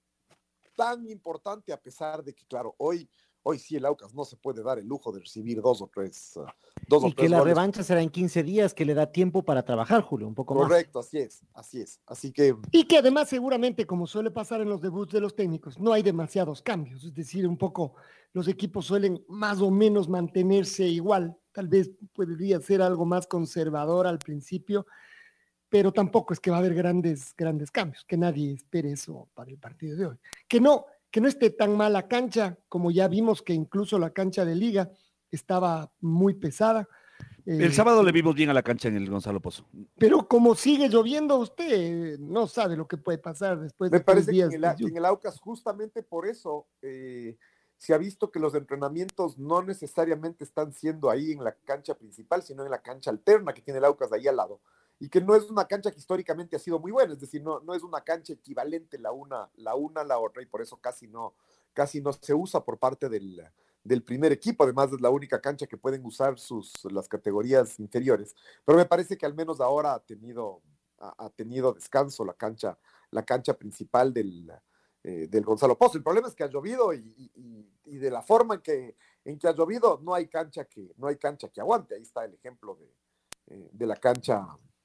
tan importante, a pesar de que, claro, hoy, hoy sí el Aucas no se puede dar el lujo de recibir dos o tres uh, dos y o que tres la goles. Revancha será en quince días, que le da tiempo para trabajar, Julio, un poco Correcto, más. así es, así es. Así que... Y que además seguramente, como suele pasar en los debuts de los técnicos, no hay demasiados cambios, es decir, un poco los equipos suelen más o menos mantenerse igual, tal vez podría ser algo más conservador al principio, pero tampoco es que va a haber grandes, grandes cambios, que nadie espere eso para el partido de hoy. Que no, que no esté tan mal la cancha, como ya vimos que incluso la cancha de Liga estaba muy pesada. El eh, sábado le vimos bien a la cancha en el Gonzalo Pozo. Pero como sigue lloviendo, usted no sabe lo que puede pasar después Me de parece días que en, el, que en el Aucas, justamente por eso, eh, se ha visto que los entrenamientos no necesariamente están siendo ahí en la cancha principal, sino en la cancha alterna que tiene el Aucas de ahí al lado. Y que no es una cancha que históricamente ha sido muy buena, es decir, no, no es una cancha equivalente la una, la una a la otra, y por eso casi no, casi no se usa por parte del, del primer equipo. Además es la única cancha que pueden usar sus, las categorías inferiores, pero me parece que al menos ahora ha tenido, ha, ha tenido descanso la cancha, la cancha principal del, eh, del Gonzalo Pozo. El problema es que ha llovido y, y, y de la forma en que, en que ha llovido no hay cancha que, no hay cancha que aguante. Ahí está el ejemplo de, eh, de la cancha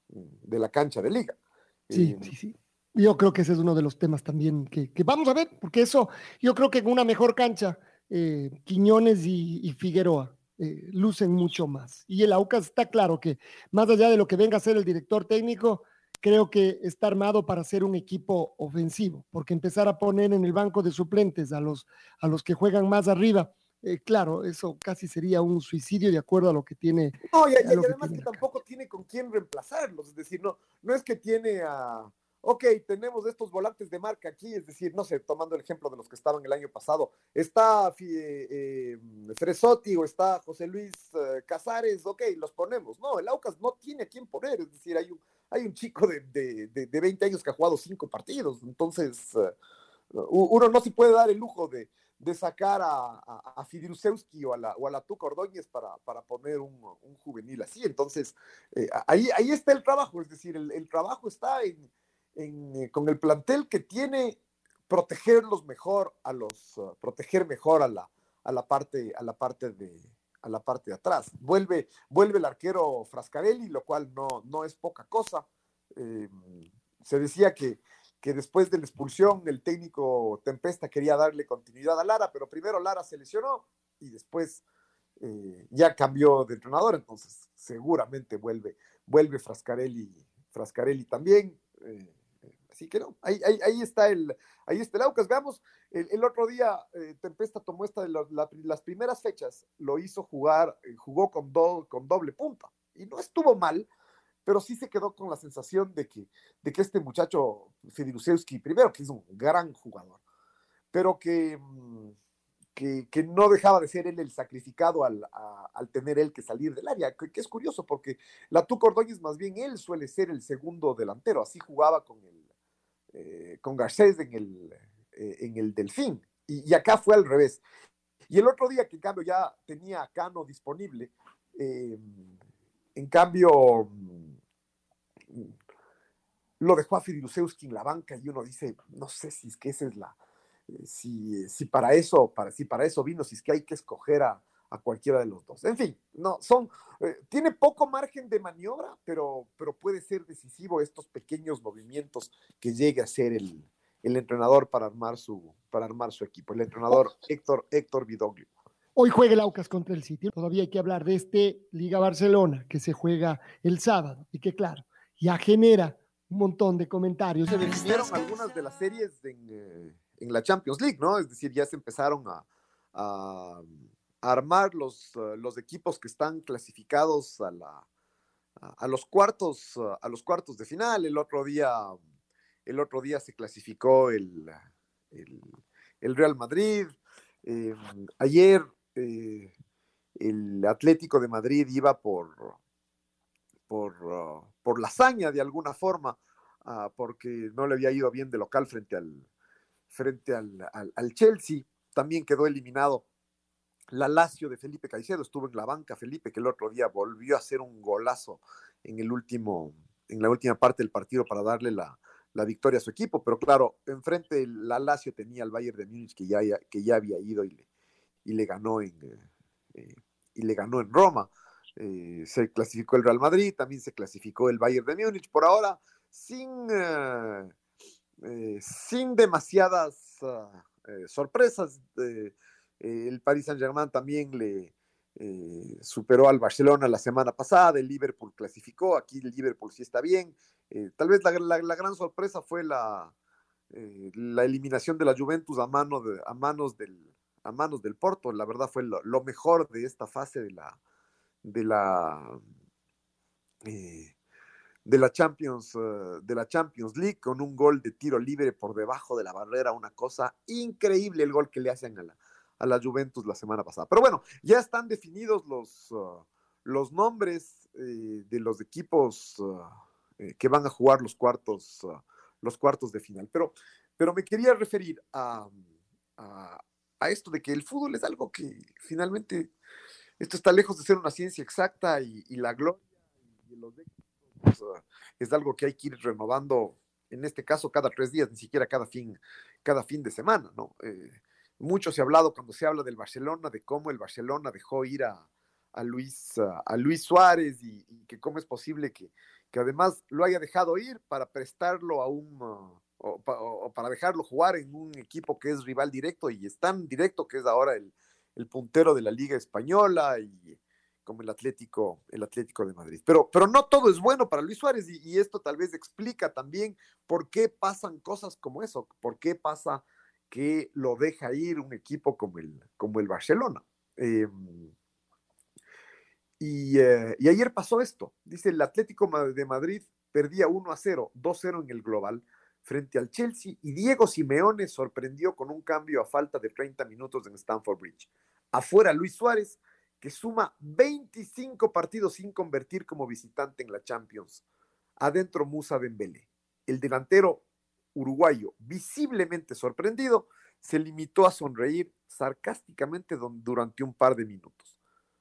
de la cancha de Liga. Sí, eh, sí, sí. Yo creo que ese es uno de los temas también que, que vamos a ver, porque eso, yo creo que en una mejor cancha, eh, Quiñones y, y Figueroa eh, lucen mucho más. Y el Aucas está claro que, más allá de lo que venga a ser el director técnico, creo que está armado para ser un equipo ofensivo, porque empezar a poner en el banco de suplentes a los, a los que juegan más arriba, Eh, claro, eso casi sería un suicidio de acuerdo a lo que tiene. No, y, y, y además que, que tampoco tiene con quién reemplazarlos, es decir, no, no es que tiene a, ok, tenemos estos volantes de marca aquí, es decir, no sé, tomando el ejemplo de los que estaban el año pasado, está eh, eh, Fresotti o está José Luis eh, Casares, ok, los ponemos. No, el Aucas no tiene a quién poner, es decir, hay un, hay un chico de, de, de, de veinte años que ha jugado cinco partidos, entonces uh, uno no se puede dar el lujo de de sacar a, a, a Fidrusewski o a la, o a la Tuca Ordóñez para, para poner un, un juvenil así. Entonces, eh, ahí, ahí está el trabajo, es decir, el, el trabajo está en, en, eh, con el plantel que tiene, protegerlos mejor a los, uh, proteger mejor a la, a la parte, a la parte de, a la parte de atrás. Vuelve, vuelve el arquero Frascarelli, lo cual no, no es poca cosa. Eh, se decía que que después de la expulsión el técnico Tempesta quería darle continuidad a Lara, pero primero Lara se lesionó y después eh, ya cambió de entrenador, entonces seguramente vuelve, vuelve Frascarelli, Frascarelli también, eh, así que no, ahí, ahí, ahí está el, ahí está el Aucas. Veamos, el, el otro día eh, Tempesta tomó esta de la, la, las primeras fechas, lo hizo jugar, eh, jugó con, do, con doble punta, y no estuvo mal, pero sí se quedó con la sensación de que, de que este muchacho Fidrusewski, primero que es un gran jugador, pero que, que, que no dejaba de ser él el sacrificado al, a, al tener él que salir del área, que, que es curioso porque la Tuca Ordóñez más bien él suele ser el segundo delantero, así jugaba con, el, eh, con Garcés en el, eh, en el Delfín, y, y acá fue al revés. Y el otro día que en cambio ya tenía a Cano disponible, eh, en cambio lo dejó a Fidrusewski en la banca y uno dice, no sé si es que esa es la, si, si para eso, para, si para eso vino, si es que hay que escoger a, a cualquiera de los dos. En fin, no, son, eh, tiene poco margen de maniobra, pero, pero puede ser decisivo estos pequeños movimientos que llegue a hacer el, el entrenador para armar su, para armar su equipo, el entrenador Héctor, Héctor Vidoglio. Hoy juega el Aucas contra el City. Todavía hay que hablar de este Liga Barcelona que se juega el sábado y que, claro, ya genera un montón de comentarios. Se definieron algunas de las series en, eh, en la Champions League, ¿no? Es decir, ya se empezaron a, a, armar los, uh, los equipos que están clasificados a, la, a, a, los cuartos, uh, a los cuartos de final. El otro día, el otro día se clasificó el, el, el Real Madrid. Eh, ayer eh, el Atlético de Madrid iba por, por, uh, por la hazaña de alguna forma, uh, porque no le había ido bien de local frente al, frente al, al, al Chelsea. También quedó eliminado la Lazio de Felipe Caicedo, estuvo en la banca Felipe, que el otro día volvió a hacer un golazo en, el último, en la última parte del partido para darle la, la victoria a su equipo, pero claro, enfrente la Lazio tenía al Bayern de Múnich que ya, que ya había ido y le, y le ganó en eh, y le ganó en Roma. Eh, se clasificó el Real Madrid, también se clasificó el Bayern de Múnich, por ahora sin, eh, eh, sin demasiadas uh, eh, sorpresas. Eh, eh, el Paris Saint-Germain también le eh, superó al Barcelona la semana pasada, el Liverpool clasificó, aquí el Liverpool sí está bien. Eh, tal vez la, la, la gran sorpresa fue la, eh, la eliminación de la Juventus a, mano de, a, manos del, a manos del Porto. La verdad fue lo, lo mejor de esta fase de la de la eh, de la Champions uh, de la Champions League, con un gol de tiro libre por debajo de la barrera, una cosa increíble el gol que le hacen a la, a la Juventus la semana pasada. Pero bueno, ya están definidos los, uh, los nombres eh, de los equipos uh, eh, que van a jugar los cuartos, uh, los cuartos de final. Pero, pero me quería referir a, a, a esto de que el fútbol es algo que finalmente, esto está lejos de ser una ciencia exacta, y, y la gloria y los éxitos pues, uh, es algo que hay que ir renovando, en este caso cada tres días, ni siquiera cada fin, cada fin de semana, ¿no? Eh, mucho se ha hablado cuando se habla del Barcelona, de cómo el Barcelona dejó ir a, a, Luis, a, a Luis Suárez, y, y que cómo es posible que, que además lo haya dejado ir para prestarlo a un... Uh, o, o, o para dejarlo jugar en un equipo que es rival directo, y es tan directo que es ahora el el puntero de la Liga Española, y como el Atlético, el Atlético de Madrid. Pero, pero no todo es bueno para Luis Suárez, y, y esto tal vez explica también por qué pasan cosas como eso, por qué pasa que lo deja ir un equipo como el, como el Barcelona. Eh, y, eh, y ayer pasó esto, dice el Atlético de Madrid perdía uno a cero, dos cero en el global, frente al Chelsea, y Diego Simeone sorprendió con un cambio a falta de treinta minutos en Stamford Bridge. Afuera Luis Suárez, que suma veinticinco partidos sin convertir como visitante en la Champions. Adentro Moussa Dembélé. El delantero uruguayo, visiblemente sorprendido, se limitó a sonreír sarcásticamente durante un par de minutos.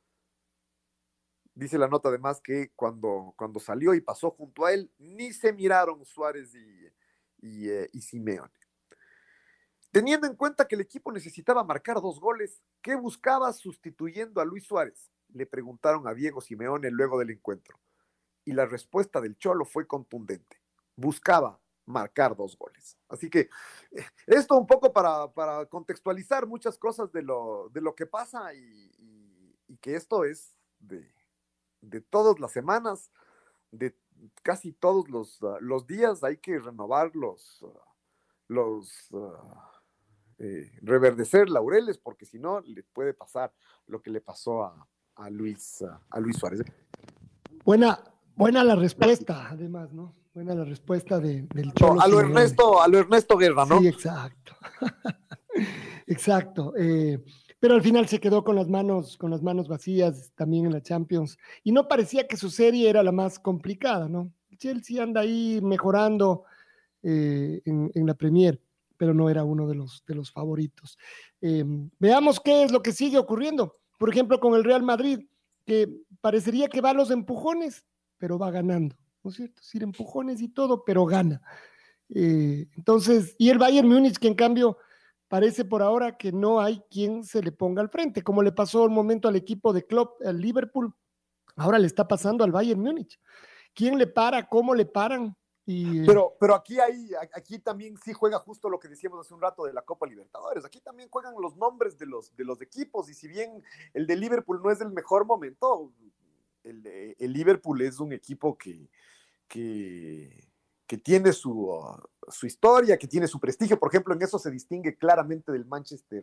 Dice la nota además que cuando, cuando salió y pasó junto a él, ni se miraron Suárez y Y, eh, y Simeone. Teniendo en cuenta que el equipo necesitaba marcar dos goles, ¿qué buscaba sustituyendo a Luis Suárez? Le preguntaron a Diego Simeone luego del encuentro. Y la respuesta del Cholo fue contundente. Buscaba marcar dos goles. Así que esto un poco para, para contextualizar muchas cosas de lo, de lo que pasa, y, y, y que esto es de, de todas las semanas, de casi todos los, uh, los días hay que renovar los, uh, los uh, eh, reverdecer laureles, porque si no le puede pasar lo que le pasó a, a, Luis, uh, a Luis Suárez. Buena, buena la respuesta, además, ¿no? Buena la respuesta de, del Cholo. No, a lo Ernesto, a lo Ernesto Guerra, ¿no? Sí, exacto. Exacto. Eh, pero al final se quedó con las manos, con las manos vacías también en la Champions, y no parecía que su serie era la más complicada, ¿no? Chelsea anda ahí mejorando eh, en, en la Premier, pero no era uno de los, de los favoritos. Eh, veamos qué es lo que sigue ocurriendo, por ejemplo, con el Real Madrid, que parecería que va a los empujones, pero va ganando, ¿no es cierto? Es decir, empujones y todo, pero gana. Eh, entonces, y el Bayern Múnich, que en cambio parece por ahora que no hay quien se le ponga al frente, como le pasó un momento al equipo de Klopp, al Liverpool, ahora le está pasando al Bayern Múnich. ¿Quién le para? ¿Cómo le paran? Y, pero, pero aquí hay, aquí también sí juega justo lo que decíamos hace un rato de la Copa Libertadores. Aquí también juegan los nombres de los, de los equipos, y si bien el de Liverpool no es el mejor momento, el, el Liverpool es un equipo que, que, que tiene su, uh, su historia, que tiene su prestigio. Por ejemplo, en eso se distingue claramente del Manchester,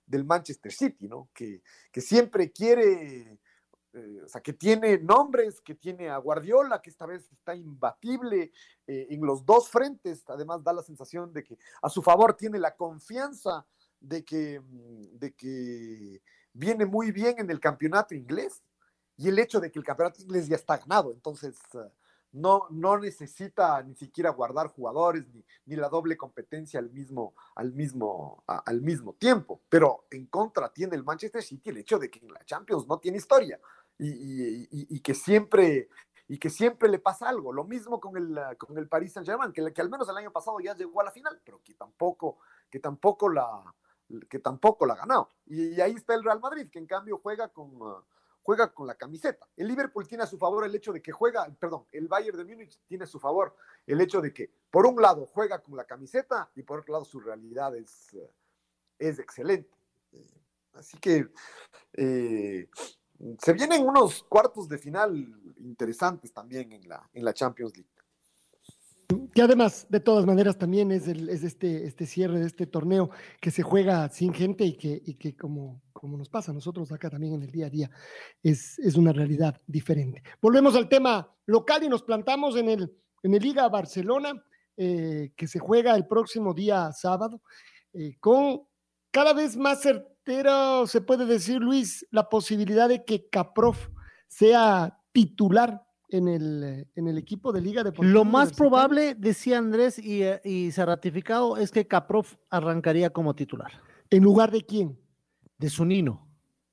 del Manchester City, ¿no? Que, que siempre quiere, eh, o sea, que tiene nombres, que tiene a Guardiola, que esta vez está imbatible eh, en los dos frentes. Además da la sensación de que a su favor tiene la confianza de que, de que viene muy bien en el campeonato inglés, y el hecho de que el campeonato inglés ya está ganado, entonces uh, no, no necesita ni siquiera guardar jugadores, ni, ni la doble competencia al mismo, al, mismo, a, al mismo tiempo. Pero en contra tiene el Manchester City el hecho de que en la Champions no tiene historia, y, y, y, y que siempre... y que siempre le pasa algo. Lo mismo con el, con el Paris Saint-Germain, que, que al menos el año pasado ya llegó a la final, pero que tampoco, que tampoco la... que tampoco la ha ganado. Y, y ahí está el Real Madrid, que en cambio juega con, uh, juega con la camiseta. El Liverpool tiene a su favor el hecho de que juega, perdón, el Bayern de Múnich tiene a su favor el hecho de que, por un lado, juega con la camiseta, y por otro lado, su realidad es, uh, es excelente. Eh, así que eh, se vienen unos cuartos de final interesantes también en la, en la Champions League. Que además, de todas maneras, también es, el, es este, este cierre de este torneo que se juega sin gente, y que, y que como, como nos pasa a nosotros acá también en el día a día, es, es una realidad diferente. Volvemos al tema local y nos plantamos en el, en el Liga Barcelona, eh, que se juega el próximo día sábado, eh, con cada vez más certero, se puede decir, Luis, la posibilidad de que Kaprov sea titular en el, en el equipo de Liga Deportiva. Lo más probable, decía Andrés, y, y se ha ratificado, es que Kaprov arrancaría como titular. ¿En lugar de quién? De Zunino.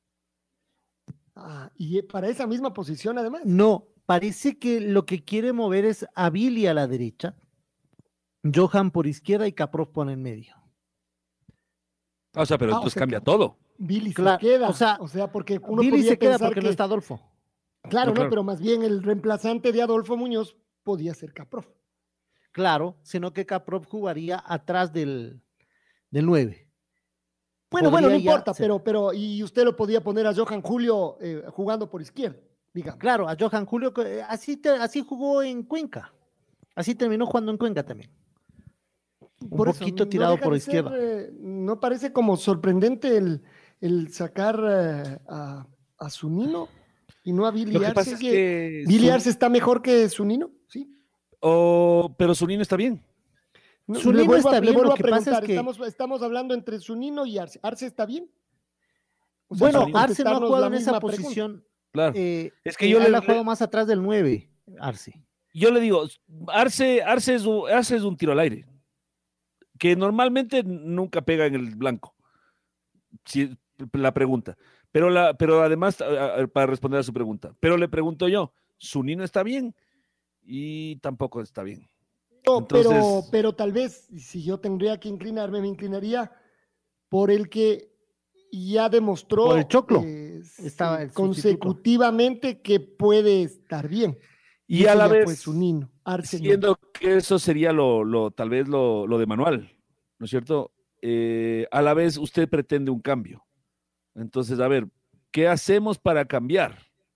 Ah, ¿y para esa misma posición además? No, parece que lo que quiere mover es a Billy a la derecha, Johan por izquierda y Kaprov por en medio. O sea, pero ah, entonces o sea, cambia todo. Billy claro, se queda, o sea, o sea, porque uno Billy se queda pensar porque que... no está Adolfo. Claro, no, claro. no, pero más bien el reemplazante de Adolfo Muñoz podía ser Kaprov. Claro, sino que Kaprov jugaría atrás del, del nueve. Bueno, Podría bueno, no ya importa, ser. pero, pero, y usted lo podía poner a Johan Julio eh, jugando por izquierda, digamos. Claro, a Johan Julio, así, te, así jugó en Cuenca. Así terminó jugando en Cuenca también. Un Por eso, poquito no tirado deja por de izquierda. ser, eh, no parece como sorprendente el, el sacar eh, a, a Zunino y no a Billy Lo que Arce. pasa es que Billy Zun- Arce está mejor que Zunino, ¿sí? Oh, pero Zunino está bien. No, Zunino le vuelvo a- está le bien, vuelvo lo a que pasa preguntar, es que- estamos, estamos hablando entre Zunino y Arce. ¿Arce está bien? O sea, Bueno, para Arce no ha contestarnos jugado la en esa misma pregunta. posición. Claro. Eh, Es que yo él le- ha jugado le- más atrás del nueve, Arce. Yo le digo, Arce, Arce, es un, Arce es un tiro al aire, que normalmente nunca pega en el blanco. Si, la pregunta. Pero, la, pero además, a- a- para responder a su pregunta, pero le pregunto yo, ¿Zunino está bien? Y tampoco está bien. No, Entonces- pero, pero tal vez, si yo tendría que inclinarme, me inclinaría por el que ya demostró Por el Choclo. eh, Estaba el consecutivamente que puede estar bien. Y a la ese ya vez, fue Zunino, Arce no. siendo que eso sería lo, lo tal vez lo, lo de manual, ¿no es cierto? Eh, a la vez usted pretende un cambio. Entonces, a ver, ¿qué hacemos para cambiar?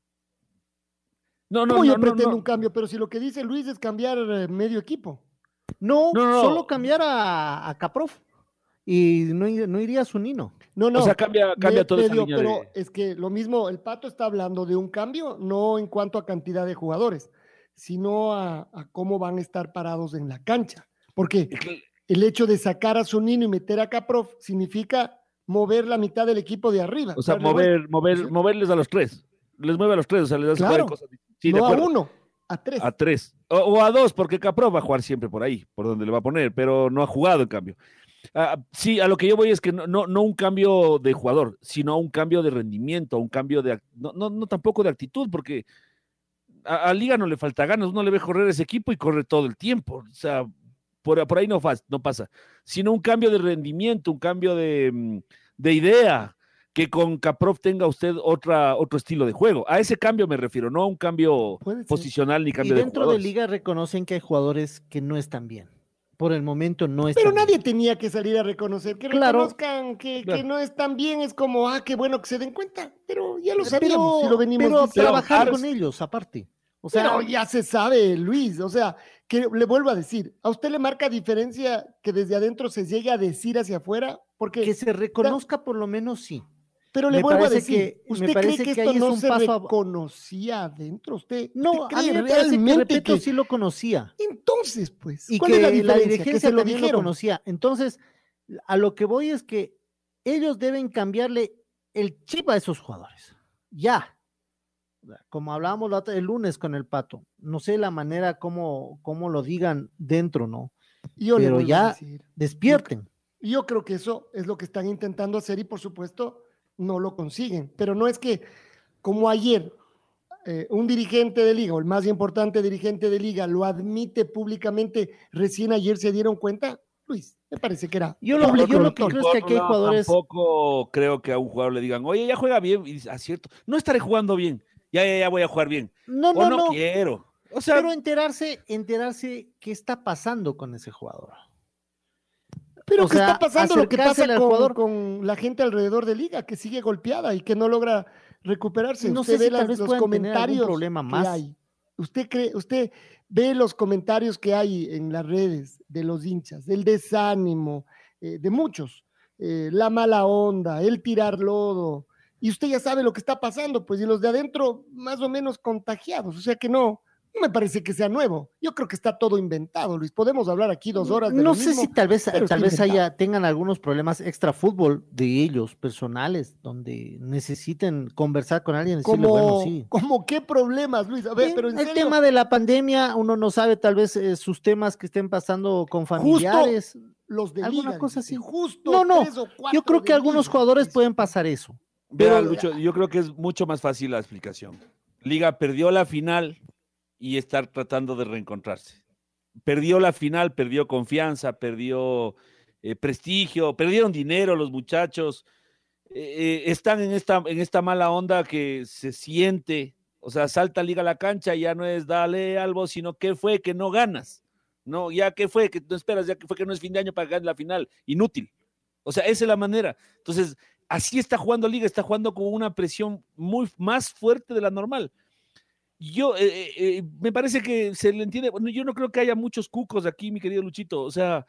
No, no, ¿Cómo no, yo no, pretendo no. un cambio? Pero si lo que dice Luis es cambiar eh, medio equipo. No, No, no, solo no. cambiar a, a Kaprov y no, ir- no iría a Zunino. No, no. O sea, cambia, cambia me- toda esa medio, línea pero de... es que lo mismo, el Pato está hablando de un cambio, no en cuanto a cantidad de jugadores, sino a, a cómo van a estar parados en la cancha. Porque el hecho de sacar a Zunino y meter a Kaprov significa mover la mitad del equipo de arriba. O sea, darle mover, vuelta, mover, ¿sí? moverles a los tres. Les mueve a los tres, o sea, les hace Claro. jugar cosas. Sí, de No a acuerdo. uno, a tres. A tres. O, o a dos, porque Kaprov va a jugar siempre por ahí, por donde le va a poner, pero no ha jugado en cambio. Ah, sí, a lo que yo voy es que no, no, no un cambio de jugador, sino un cambio de rendimiento, un cambio de... No, no, no tampoco de actitud, porque a, a Liga no le falta ganas, uno le ve correr ese equipo y corre todo el tiempo. O sea, por, por ahí no, fa- no pasa, sino un cambio de rendimiento, un cambio de, mm, de idea, que con Kaprov tenga usted otra, otro estilo de juego. A ese cambio me refiero, no a un cambio Puede ser. posicional ni Y cambio de dentro de jugadores. Liga reconocen que hay jugadores que no están bien. Por el momento no están Pero bien. nadie tenía que salir a reconocer, que Claro. reconozcan que, Claro. que no están bien, es como, ah, qué bueno que se den cuenta, pero ya lo Pero- sabíamos, si lo venimos pero diciendo. trabajar Arce- con ellos, aparte. O sea, pero ya se sabe, Luis, o sea, que le vuelvo a decir, ¿a usted le marca diferencia que desde adentro se llegue a decir hacia afuera? Porque que se reconozca por lo menos sí. Pero le Me vuelvo a parece decir, que- ¿usted me cree parece que que esto ahí es no un se paso a- reconocía adentro? ¿Usted, No, usted a mí cree me parece que realmente Repeto que- sí lo conocía. Entonces, pues, Y ¿cuál que es la la diferencia? dirigencia que se lo también lo dijeron. conocía. Entonces, a lo que voy es que ellos deben cambiarle el chip a esos jugadores. Ya. Como hablábamos la otra- el lunes con el Pato. No sé la manera como, como lo digan dentro, ¿no? Yo le Pero vuelvo a ya decir, despierten. yo creo que eso es lo que están intentando hacer y por supuesto no lo consiguen. Pero no es que, como ayer, eh, un dirigente de liga, o el más importante dirigente de liga, lo admite públicamente, recién ayer se dieron cuenta, Luis, me parece que era Yo lo, público yo lo que notorio. creo es que aquí hay No, jugadores. Tampoco creo que a un jugador le digan, oye, ya juega bien, y dice, ah, cierto, no estaré jugando bien, ya, ya, ya voy a jugar bien. No, o no, no, no. quiero. O sea, Pero enterarse, enterarse qué está pasando con ese jugador. Pero o ¿qué sea, está pasando? Lo que pasa acercársele al con, jugador. con la gente alrededor de liga, que sigue golpeada y que no logra recuperarse. No Usted sé ve si tal las- vez los puedan tener algún comentarios problema que más. hay. Usted cree, usted ve los comentarios que hay en las redes de los hinchas, del desánimo, eh, de muchos, eh, la mala onda, el tirar lodo, y usted ya sabe lo que está pasando, pues, y los de adentro más o menos contagiados, o sea que no, no me parece que sea nuevo. Yo creo que está todo inventado, Luis. Podemos hablar aquí dos horas de No lo sé mismo, si tal vez, pero está tal vez inventado. haya, tengan algunos problemas extra fútbol de ellos, personales, donde necesiten conversar con alguien y decirle, Como, bueno, sí. como qué problemas, Luis. A ver, Bien, pero en el serio, tema de la pandemia, uno no sabe tal vez eh, sus temas que estén pasando con familiares. los de alguna liga, cosa dice, así. justo No, no, tres o cuatro Yo creo que de algunos liga, jugadores dice. pueden pasar eso. Vea, Pero- Lucho, yo creo que es mucho más fácil la explicación. Liga perdió la final y está tratando de reencontrarse. Perdió la final, perdió confianza, perdió eh, prestigio, perdieron dinero los muchachos. Eh, eh, están en esta, en esta mala onda que se siente, o sea, salta Liga a la cancha y ya no es dale algo, sino que fue que no ganas. No, ya que fue, que no esperas, ya que fue que no es fin de año para ganar la final. Inútil. O sea, esa es la manera. Entonces, así está jugando Liga, está jugando con una presión muy más fuerte de la normal. Yo, eh, eh, me parece que se le entiende, bueno, yo no creo que haya muchos cucos aquí, mi querido Luchito, o sea,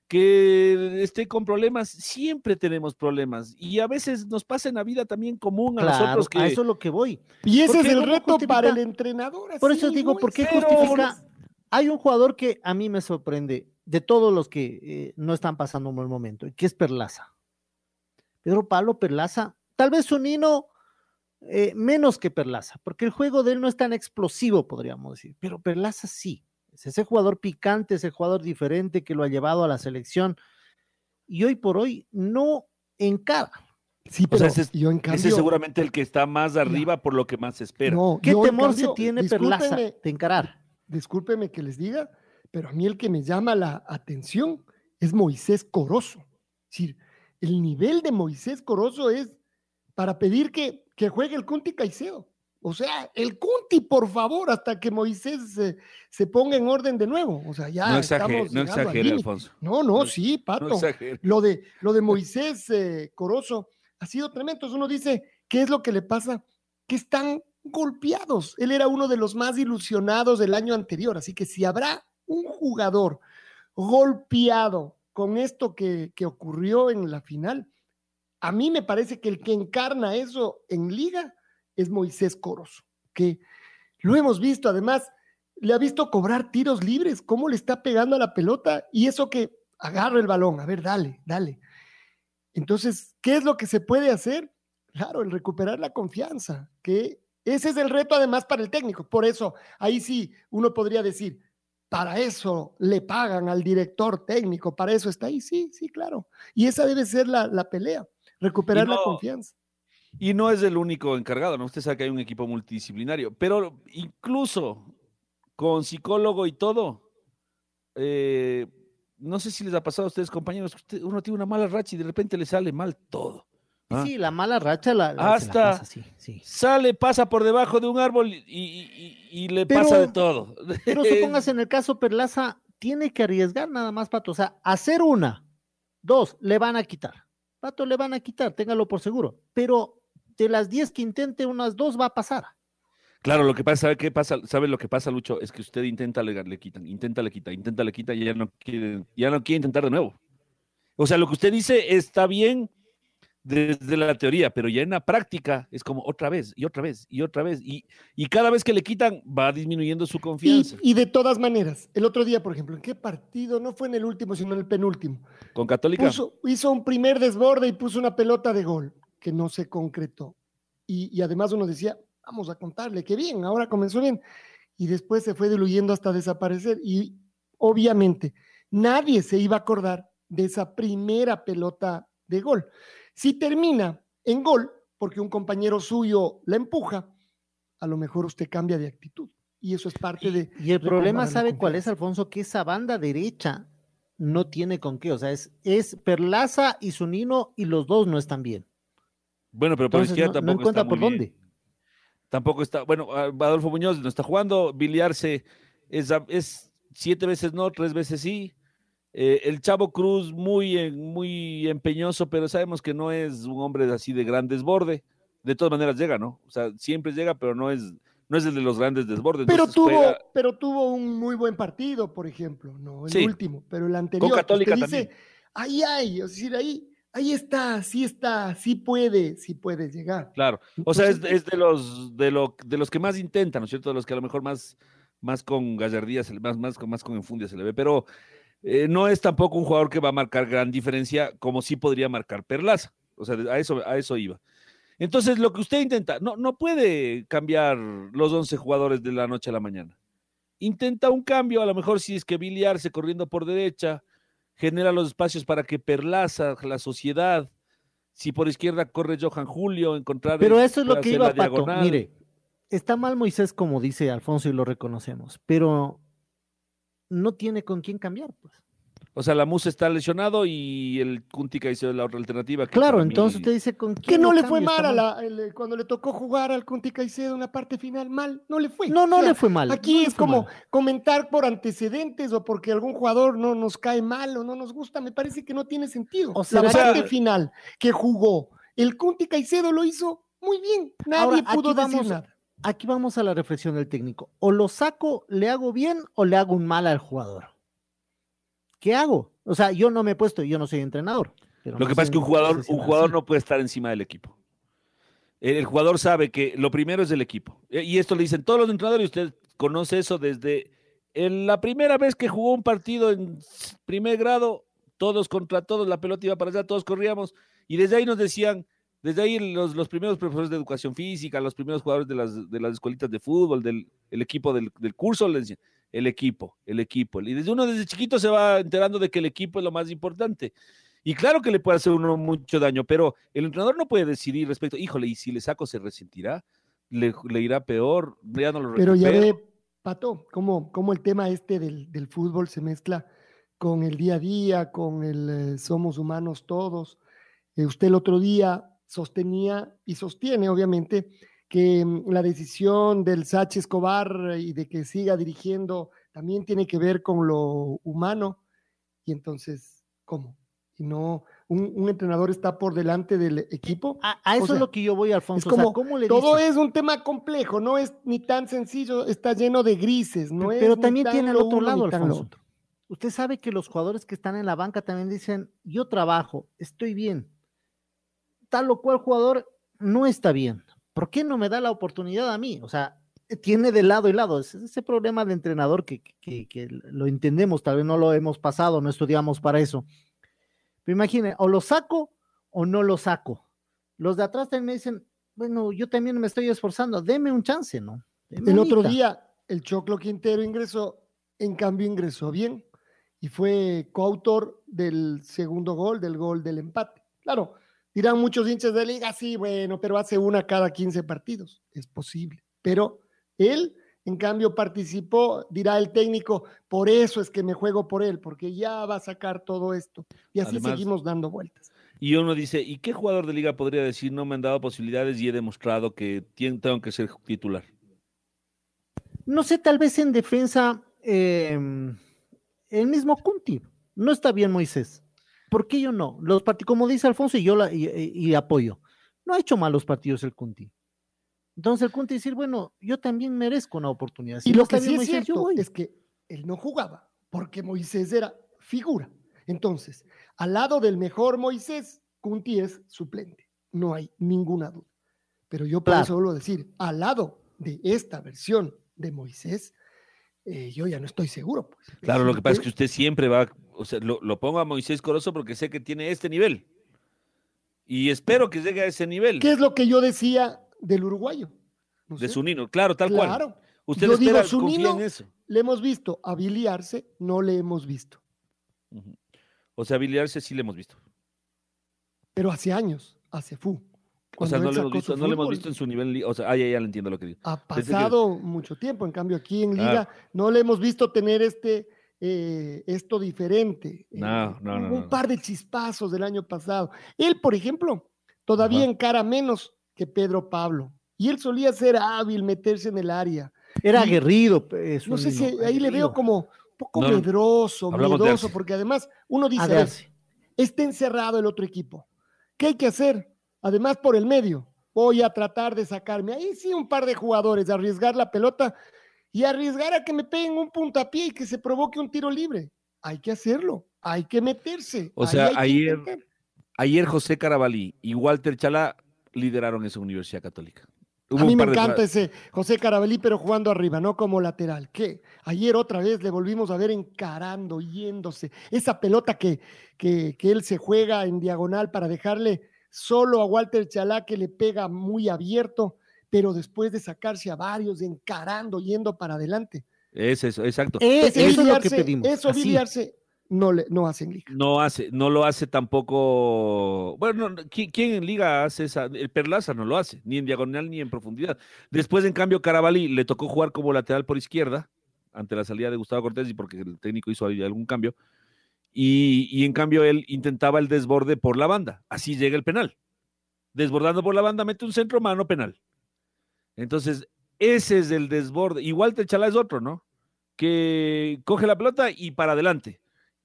que esté con problemas, siempre tenemos problemas, y a veces nos pasa en la vida también común a Claro, nosotros que... a eso es lo que voy. Y ese ¿Por es qué? el ¿Cómo reto justifica? para el entrenador. Por así eso digo, mismo ¿por es. qué Pero- justifica? Hay un jugador que a mí me sorprende, de todos los que eh, no están pasando un buen momento, que es Perlaza. Pedro Pablo Perlaza, tal vez un Nino eh, menos que Perlaza, porque el juego de él no es tan explosivo, podríamos decir, pero Perlaza sí. Es ese jugador picante, ese jugador diferente que lo ha llevado a la selección, y hoy por hoy no encara. Sí, O pero sea, ese es, yo en ese cambio, es seguramente el que está más arriba por lo que más se espera. no, ¿Qué yo en temor cambio, se tiene Perlaza discúlpeme, de encarar? discúlpeme que les diga, pero a mí el que me llama la atención es Moisés Corozo. Es decir, el nivel de Moisés Corozo es para pedir que, que juegue el Cunti Caicedo. O sea, el Cunti, por favor, hasta que Moisés se, se ponga en orden de nuevo. O sea, ya no estamos exagere, no llegando al exagere, límite. Alfonso. No, no, No- sí, Pato. No exagere. Lo de, lo de Moisés eh, Corozo ha sido tremendo. Entonces uno dice, ¿qué es lo que le pasa? Que están golpeados. Él era uno de los más ilusionados del año anterior. Así que si habrá un jugador golpeado con esto que, que ocurrió en la final, a mí me parece que el que encarna eso en liga es Moisés Corozo, que lo hemos visto, además, le ha visto cobrar tiros libres, cómo le está pegando a la pelota, y eso que agarra el balón, a ver, dale, dale. Entonces, ¿qué es lo que se puede hacer? Claro, el recuperar la confianza, que ese es el reto además para el técnico. Por eso, ahí sí, uno podría decir, para eso le pagan al director técnico, para eso está ahí, sí, sí, claro. Y esa debe ser la, la pelea, recuperar Y no- la confianza. Y no es el único encargado, ¿no? Usted sabe que hay un equipo multidisciplinario, pero incluso con psicólogo y todo, eh, no sé si les ha pasado a ustedes, compañeros, que usted- uno tiene una mala racha y de repente le sale mal todo. ¿ah? Sí, la mala racha la, la- se la Hasta pasa, sí, sí. sale, pasa por debajo de un árbol y, y- y- y le Pero- pasa de todo. Pero supóngase en el caso Perlaza, tiene que arriesgar nada más, Pato. O sea, hacer una, dos, le van a quitar. Pato, le van a quitar, téngalo por seguro. Pero de las diez que intente, unas dos va a pasar. Claro, lo que pasa, ¿sabe qué pasa? ¿Sabe lo que pasa, Lucho? Es que usted intenta, le, le quitan, intenta, le quita, intenta, le quita y ya no quiere, ya no quiere intentar de nuevo. O sea, lo que usted dice está bien desde la teoría, pero ya en la práctica es como otra vez y otra vez y otra vez. Y, y cada vez que le quitan va disminuyendo su confianza. Y, y de todas maneras, el otro día, por ejemplo, ¿en qué partido? No fue en el último, sino en el penúltimo. Con Católica. Puso, hizo un primer desborde y puso una pelota de gol que no se concretó. Y, y además uno decía, vamos a contarle, qué bien, ahora comenzó bien. Y después se fue diluyendo hasta desaparecer. Y obviamente nadie se iba a acordar de esa primera pelota de gol. Si termina en gol, porque un compañero suyo la empuja, a lo mejor usted cambia de actitud. Y eso es parte de... Y el problema, ¿sabe cuál es, Alfonso? Que esa banda derecha no tiene con qué. O sea, es, es Perlaza y Zunino y los dos no están bien. Bueno, pero por Entonces, izquierda no, tampoco no encuentra está por muy dónde. bien. Tampoco está, bueno, Adolfo Muñoz no está jugando, Billy Arce es, es siete veces no, tres veces sí. Eh, el Chavo Cruz muy, muy empeñoso, pero sabemos que no es un hombre así de gran desborde. De todas maneras llega, ¿no? O sea, siempre llega, pero no es, no es el de los grandes desbordes. Pero tuvo, juega... pero tuvo un muy buen partido, por ejemplo, no el sí. último, pero el anterior. Con Católica usted también. dice, ahí hay, es decir, ahí, ahí está, sí está, sí puede, sí puede llegar. Claro, o sea, es, es de los de lo, de los que más intentan, ¿no es cierto? De los que a lo mejor más, más con gallardía, más, más, más con enfundia se le ve, pero eh, no es tampoco un jugador que va a marcar gran diferencia como sí podría marcar Perlaza. O sea, a eso, a eso iba. Entonces, lo que usted intenta, no, no puede cambiar los once jugadores de la noche a la mañana. Intenta un cambio, a lo mejor si es que Billy Arce corriendo por derecha, genera los espacios para que Perlaza, la Sociedad, si por izquierda corre Johan Julio, encontrar... Pero eso es lo que iba, Pato. Diagonal. Mire, está mal Moisés, como dice Alfonso, y lo reconocemos, pero no tiene con quién cambiar, pues. O sea, la Musa está lesionado y el Cuntica hizo la otra alternativa. Que claro, mí... entonces usted dice con quién. Que no le cambio, fue mal, a mal. la, el, cuando le tocó jugar al Conti Caicedo en la parte final, mal, no le fue. No, no o sea, le fue mal. Aquí no es como mal. Comentar por antecedentes o porque algún jugador no nos cae mal o no nos gusta, me parece que no tiene sentido. O sea, la parte que... final que jugó el Conti Caicedo lo hizo muy bien, nadie Ahora, pudo decir vamos, nada. Aquí vamos a la reflexión del técnico. O lo saco, le hago bien o le hago un mal al jugador. ¿Qué hago? O sea, yo no me he puesto, yo no soy entrenador. Pero lo no que pasa es que un jugador, un jugador así. no puede estar encima del equipo. El, el jugador sabe que lo primero es el equipo. Y esto le dicen todos los entrenadores, y usted conoce eso desde en la primera vez que jugó un partido en primer grado, todos contra todos, la pelota iba para allá, todos corríamos, y desde ahí nos decían, desde ahí los, los primeros profesores de educación física, los primeros jugadores de las, de las escuelitas de fútbol, del el equipo del, del curso, les decían, el equipo, el equipo. Y desde uno desde chiquito se va enterando de que el equipo es lo más importante. Y claro que le puede hacer uno mucho daño, pero el entrenador no puede decidir respecto, híjole, y si le saco se resentirá, le, le irá peor, ya no lo Pero recupero. ya ve, Pato, cómo, cómo el tema este del, del fútbol se mezcla con el día a día, con el eh, somos humanos todos. Eh, usted el otro día sostenía y sostiene, obviamente, que um, la decisión del Sachi Escobar y de que siga dirigiendo también tiene que ver con lo humano. Y entonces, ¿cómo? Y no, un, un entrenador está por delante del equipo. A, a eso o sea, es lo que yo voy, Alfonso. Es como, o sea, ¿cómo le todo dices? es un tema complejo, no es ni tan sencillo, está lleno de grises. No Pero es también tiene el otro uno, lado, Alfonso. Alfonso. Usted sabe que los jugadores que están en la banca también dicen, yo trabajo, estoy bien. Tal o cual jugador no está bien. ¿Por qué no me da la oportunidad a mí? O sea, tiene de lado y lado. Es ese problema de entrenador que, que, que lo entendemos, tal vez no lo hemos pasado, no estudiamos para eso. Pero imagine, o lo saco o no lo saco. Los de atrás también me dicen, bueno, yo también me estoy esforzando, deme un chance, ¿no? Deme El unita. otro día, el Choclo Quintero ingresó, en cambio ingresó bien, y fue coautor del segundo gol, del gol del empate. Claro, dirán muchos hinchas de liga, sí, bueno, pero hace una cada quince partidos. Es posible, pero él, en cambio, participó, dirá el técnico, por eso es que me juego por él, porque ya va a sacar todo esto. Y así Además, seguimos dando vueltas. Y uno dice, ¿y qué jugador de liga podría decir no me han dado posibilidades y he demostrado que tengo que ser titular? No sé, tal vez en defensa, eh, el mismo Cunti. No está bien Moisés. ¿Por qué yo no? Los part- como dice Alfonso, y yo la, y, y, y apoyo. No ha hecho malos partidos el Cunti. Entonces el Kunti decir, bueno, yo también merezco una oportunidad. Si y no lo que está sí bien es Moisés, yo cierto voy. es que él no jugaba, porque Moisés era figura. Entonces, al lado del mejor Moisés, Kunti es suplente, no hay ninguna duda. Pero yo por Claro. eso vuelvo a decir, al lado de esta versión de Moisés, eh, yo ya no estoy seguro. Pues. Claro, Es lo que pasa es decir, que usted siempre va, o sea, lo, lo pongo a Moisés Corozo porque sé que tiene este nivel. Y espero que llegue a ese nivel. ¿qué es lo que yo decía del uruguayo? ¿No De sé? Zunino, claro, tal Claro. cual. Usted Yo espera, digo, confía Zunino, en eso. le hemos visto a Billy Arce, no le hemos visto. Ujú. O sea, habilitarse sí le hemos visto. Pero hace años, hace fu. O sea, Cuando no él le, hemos sacó visto, su no le hemos fútbol, visto en su nivel. li- O sea, ah, ya, ya le entiendo lo que digo. ha Desde que- pasado mucho tiempo. En cambio, aquí en Liga Claro. no le hemos visto tener este eh, esto diferente. No, Eh, no, no, un no. par de chispazos del año pasado. Él, por ejemplo, todavía Ajá. encara menos que Pedro Pablo. Y él solía ser hábil, meterse en el área. Era Y- aguerrido. eh, No sé si Zunino, ahí le veo aguerrido. como un poco No, no. medroso, Hablamos de miedoso, Arce. porque además uno dice, Ah, a de ver, Arce. está encerrado el otro equipo. ¿Qué hay que hacer? Además, por el medio, voy a tratar de sacarme. Ahí sí un par de jugadores, arriesgar la pelota y arriesgar a que me peguen un puntapié y que se provoque un tiro libre. Hay que hacerlo, hay que meterse. O ahí sea, hay que ayer- intentar. Ayer José Carabalí y Walter Chalá lideraron esa Universidad Católica. Hubo A mí un me par de encanta jugadas. ese José Carabalí, pero jugando arriba, no como lateral. Que ayer otra vez le volvimos a ver encarando, yéndose. Esa pelota que, que, que él se juega en diagonal para dejarle solo a Walter Chalá, que le pega muy abierto, pero después de sacarse a varios, encarando, yendo para adelante. Es eso, exacto. Eh, Ese eso es lo Billy que Arce- pedimos. Eso así. Billy Arce no, le, no hace en liga. No hace, no lo hace tampoco. Bueno, no, ¿qui- ¿quién en liga hace esa? El Perlaza no lo hace, ni en diagonal ni en profundidad. Después, en cambio, Carabalí le tocó jugar como lateral por izquierda, ante la salida de Gustavo Cortés y porque el técnico hizo ahí algún cambio. Y, y en cambio, él intentaba el desborde por la banda. Así llega el penal. Desbordando por la banda, mete un centro, mano, penal. Entonces, ese es el desborde. Igual Techalá es otro, ¿no? Que coge la pelota y para adelante.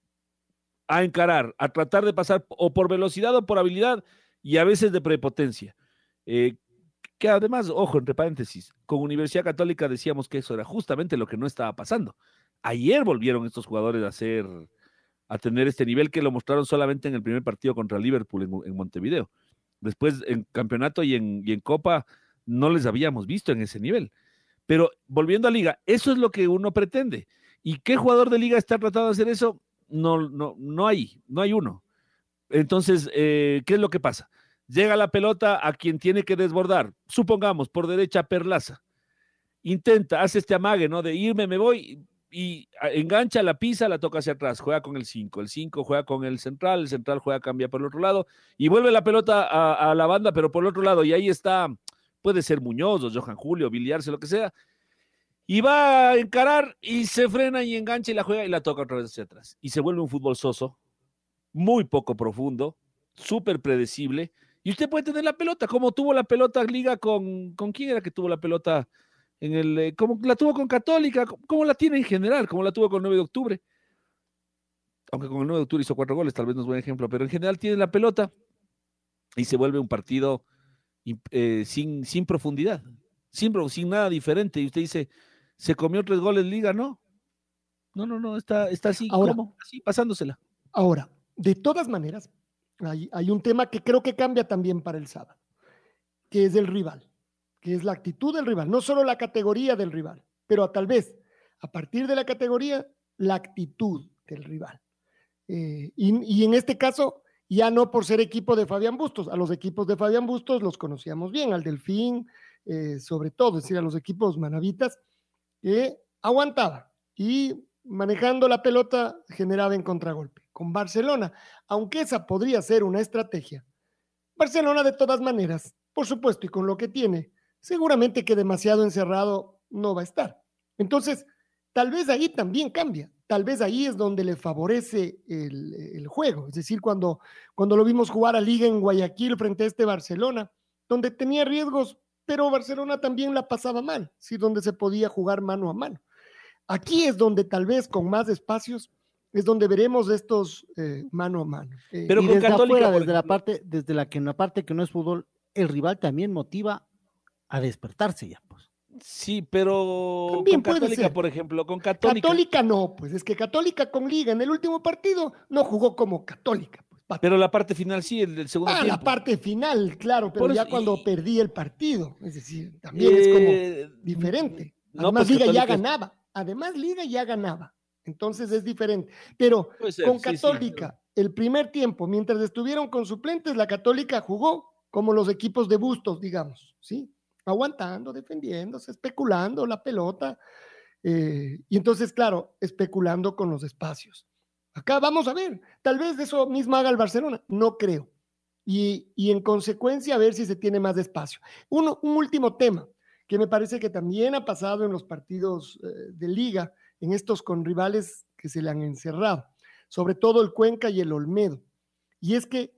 A encarar, a tratar de pasar o por velocidad o por habilidad y a veces de prepotencia. Eh, que además, ojo, entre paréntesis, con Universidad Católica decíamos que eso era justamente lo que no estaba pasando. Ayer volvieron estos jugadores a hacer, a tener este nivel que lo mostraron solamente en el primer partido contra Liverpool en, en Montevideo. Después en campeonato y en, y en Copa no les habíamos visto en ese nivel. Pero volviendo a Liga, eso es lo que uno pretende. ¿Y qué jugador de Liga está tratando de hacer eso? No, no, no hay, no hay uno. Entonces, eh, ¿qué es lo que pasa? Llega la pelota a quien tiene que desbordar, supongamos, por derecha Perlaza. Intenta, hace este amague, ¿no? De irme, me voy, y engancha, la pisa, la toca hacia atrás, juega con el cinco, el cinco juega con el central, el central juega, cambia por el otro lado, y vuelve la pelota a, a la banda, pero por el otro lado, y ahí está, puede ser Muñoz, o Johan Julio, Billy Arce, lo que sea, y va a encarar, y se frena y engancha y la juega y la toca otra vez hacia atrás. Y se vuelve un fútbol soso, muy poco profundo, súper predecible, y usted puede tener la pelota, como tuvo la pelota Liga con, ¿con quién era que tuvo la pelota? En el, eh, como la tuvo con Católica, como la tiene en general, como la tuvo con el nueve de octubre. Aunque con el nueve de octubre hizo cuatro goles, tal vez no es buen ejemplo, pero en general tiene la pelota y se vuelve un partido eh, sin, sin profundidad, sin, sin nada diferente. Y usted dice, ¿se comió tres goles Liga? No, no, no, no, está, está así, Ahora, ¿cómo? Así, pasándosela. Ahora, de todas maneras, hay, hay un tema que creo que cambia también para el sábado, que es el rival, que es la actitud del rival, no solo la categoría del rival, pero tal vez a partir de la categoría, la actitud del rival. Eh, y, y en este caso, ya no por ser equipo de Fabián Bustos, a los equipos de Fabián Bustos los conocíamos bien, al Delfín, eh, sobre todo, es decir, a los equipos manavitas, que aguantaba y manejando la pelota generaba en contragolpe. Con Barcelona, aunque esa podría ser una estrategia, Barcelona de todas maneras, por supuesto, y con lo que tiene, seguramente que demasiado encerrado no va a estar. Entonces, tal vez ahí también cambia, tal vez ahí es donde le favorece el, el juego, es decir, cuando, cuando lo vimos jugar a Liga en Guayaquil frente a este Barcelona, donde tenía riesgos, pero Barcelona también la pasaba mal, ¿sí? Donde se podía jugar mano a mano. Aquí es donde tal vez con más espacios es donde veremos estos eh, mano a mano. Eh, Pero y con desde Católica, afuera, por desde la ejemplo. parte, desde la que en la parte que no es fútbol, el rival también motiva a despertarse ya, pues. Sí, pero También con puede Católica, ser. por ejemplo, con Católica. Católica no, pues es que Católica con Liga en el último partido no jugó como Católica. Pues, Pato. Pero la parte final sí, el del segundo Ah, tiempo. la parte final, claro, pero Por ya eso- cuando y- perdí el partido, es decir, también Eh, es como diferente. no, Además, pues Liga ya Católica- ganaba, además Liga ya ganaba, entonces es diferente. Pero Puede ser, con sí, sí. Católica, el primer tiempo, mientras estuvieron con suplentes, la Católica jugó como los equipos de Bustos, digamos, ¿sí? Aguantando, defendiéndose, especulando la pelota, eh, y entonces, claro, especulando con los espacios. Acá vamos a ver, tal vez eso mismo haga el Barcelona, no creo. Y, y en consecuencia, a ver si se tiene más espacio. Uno, un último tema que me parece que también ha pasado en los partidos eh, de Liga, en estos con rivales que se le han encerrado, sobre todo el Cuenca y el Olmedo. Y es que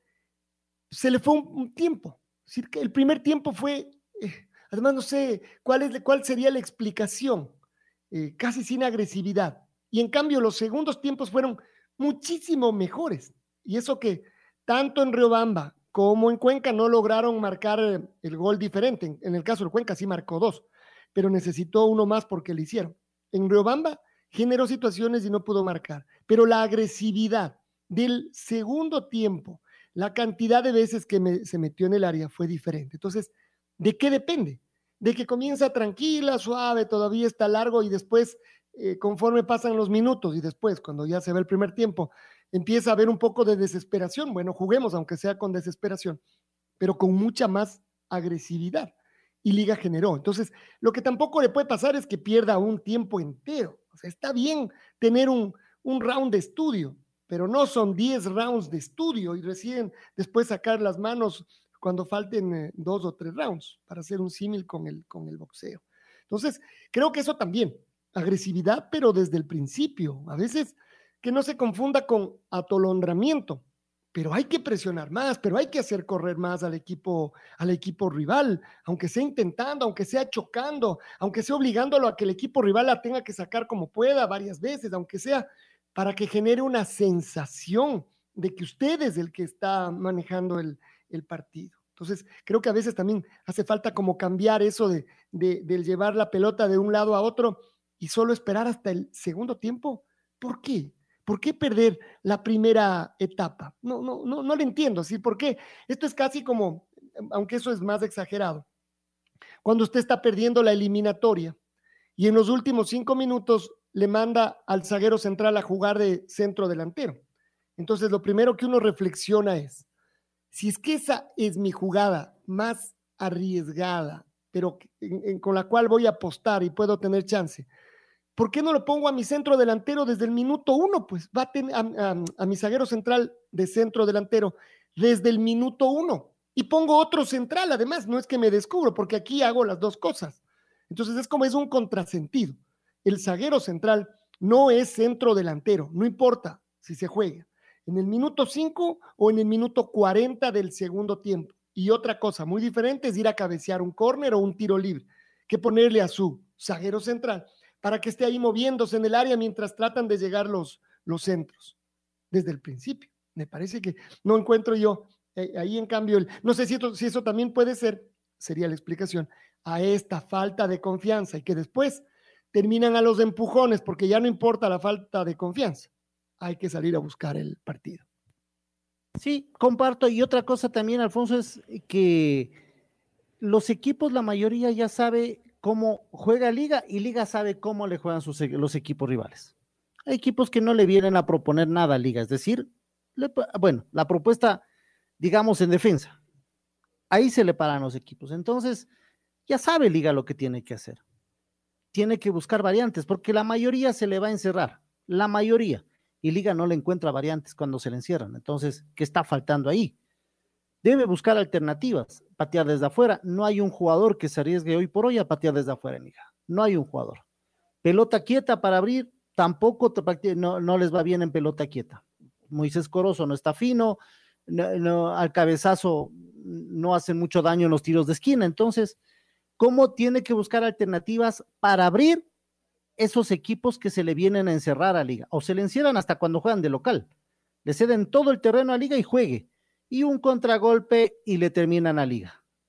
se le fue un, un tiempo. Es decir, que el primer tiempo fue, eh, además no sé cuál, es, cuál sería la explicación, eh, casi sin agresividad. Y en cambio los segundos tiempos fueron muchísimo mejores. Y eso que tanto en Riobamba como en Cuenca no lograron marcar el gol diferente. En el caso del Cuenca sí marcó dos, pero necesitó uno más porque lo hicieron. En Riobamba generó situaciones y no pudo marcar, pero la agresividad del segundo tiempo, la cantidad de veces que me, se metió en el área fue diferente. Entonces, ¿de qué depende? De que comienza tranquila, suave, todavía está largo y después, eh, conforme pasan los minutos y después, cuando ya se ve el primer tiempo, empieza a haber un poco de desesperación. Bueno, juguemos, aunque sea con desesperación, pero con mucha más agresividad. Y Liga generó. Entonces, lo que tampoco le puede pasar es que pierda un tiempo entero. O sea, está bien tener un, un round de estudio, pero no son diez rounds de estudio y recién después sacar las manos cuando falten eh, dos o tres rounds para hacer un símil con el, con el boxeo. Entonces, creo que eso también, agresividad, pero desde el principio. A veces que no se confunda con atolondramiento, pero hay que presionar más, pero hay que hacer correr más al equipo, al equipo rival, aunque sea intentando, aunque sea chocando, aunque sea obligándolo a que el equipo rival la tenga que sacar como pueda varias veces, aunque sea para que genere una sensación de que usted es el que está manejando el, el partido. Entonces, creo que a veces también hace falta como cambiar eso de, de, de llevar la pelota de un lado a otro y solo esperar hasta el segundo tiempo. ¿Por qué? ¿Por qué perder la primera etapa? No, no, no, no lo entiendo. ¿Sí? ¿Por qué? Esto es casi como, aunque eso es más exagerado, cuando usted está perdiendo la eliminatoria y en los últimos cinco minutos le manda al zaguero central a jugar de centro delantero. Entonces, lo primero que uno reflexiona es, si es que esa es mi jugada más arriesgada, pero en, en, con la cual voy a apostar y puedo tener chance, ¿por qué no lo pongo a mi centro delantero desde el minuto uno? Pues va a tener a, a, a mi zaguero central de centro delantero desde el minuto uno y pongo otro central, además, no es que me descubro, porque aquí hago las dos cosas. Entonces es como es un contrasentido. El zaguero central no es centro delantero, no importa si se juega en el minuto cinco o en el minuto cuarenta del segundo tiempo. Y otra cosa muy diferente es ir a cabecear un córner o un tiro libre, que ponerle a su zaguero central para que esté ahí moviéndose en el área mientras tratan de llegar los, los centros. Desde el principio. Me parece que no encuentro yo eh, ahí en cambio, el, no sé si, esto, si eso también puede ser, sería la explicación, a esta falta de confianza y que después terminan a los empujones porque ya no importa la falta de confianza. Hay que salir a buscar el partido. Sí, comparto. Y otra cosa también, Alfonso, es que los equipos, la mayoría ya sabe cómo juega Liga y Liga sabe cómo le juegan sus, los equipos rivales. Hay equipos que no le vienen a proponer nada a Liga, es decir, le, bueno, la propuesta, digamos, en defensa. Ahí se le paran los equipos. Entonces, ya sabe Liga lo que tiene que hacer. Tiene que buscar variantes, porque la mayoría se le va a encerrar, la mayoría. Y Liga no le encuentra variantes cuando se le encierran. Entonces, ¿qué está faltando ahí? Debe buscar alternativas, patear desde afuera. No hay un jugador que se arriesgue hoy por hoy a patear desde afuera en Liga. No hay un jugador. Pelota quieta para abrir, tampoco no, no les va bien en pelota quieta. Moisés Corozo no está fino, no, no, al cabezazo no hace mucho daño en los tiros de esquina. Entonces, ¿cómo tiene que buscar alternativas para abrir esos equipos que se le vienen a encerrar a Liga? O se le encierran hasta cuando juegan de local. Le ceden todo el terreno a Liga y juegue. Y un contragolpe y le terminan a Liga.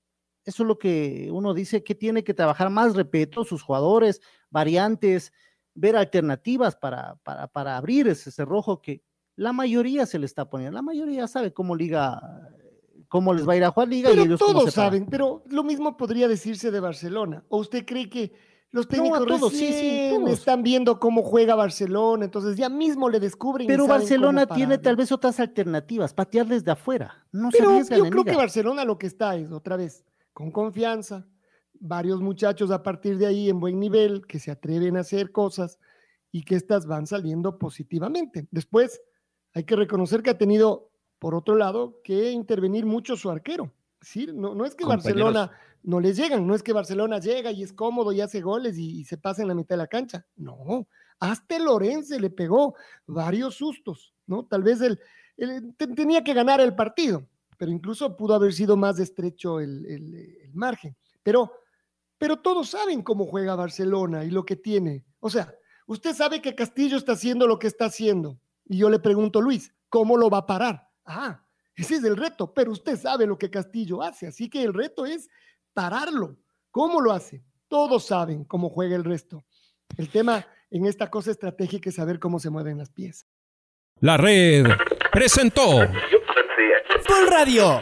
Eso es lo que uno dice que tiene que trabajar más, repito, sus jugadores, variantes, ver alternativas para, para, para abrir ese cerrojo que la mayoría se le está poniendo. La mayoría sabe cómo liga, cómo les va a ir a jugar liga. Pero y ellos todos saben, pero lo mismo podría decirse de Barcelona. ¿O usted cree que los técnicos no, todos, sí, sí, todos. están viendo cómo juega Barcelona, entonces ya mismo le descubren? Pero y saben Barcelona cómo tiene pararlo? tal vez otras alternativas, patear desde afuera. No se Pero arriesgan yo en creo liga. que Barcelona lo que está es, otra vez, con confianza, varios muchachos a partir de ahí en buen nivel, que se atreven a hacer cosas y que estas van saliendo positivamente. Después, hay que reconocer que ha tenido, por otro lado, que intervenir mucho su arquero. ¿Sí? No, no es que Compañeros. Barcelona no les llegan, no es que Barcelona llega y es cómodo y hace goles y, y se pasa en la mitad de la cancha. No, hasta Lorense le pegó varios sustos, ¿no? Tal vez él, él te- tenía que ganar el partido, pero incluso pudo haber sido más estrecho el, el, el margen. Pero, pero todos saben cómo juega Barcelona y lo que tiene. O sea, usted sabe que Castillo está haciendo lo que está haciendo. Y yo le pregunto, Luis, ¿cómo lo va a parar? Ah, ese es el reto, pero usted sabe lo que Castillo hace, así que el reto es pararlo. ¿Cómo lo hace? Todos saben cómo juega el resto. El tema en esta cosa estratégica es saber cómo se mueven las piezas. La Red presentó Full Radio.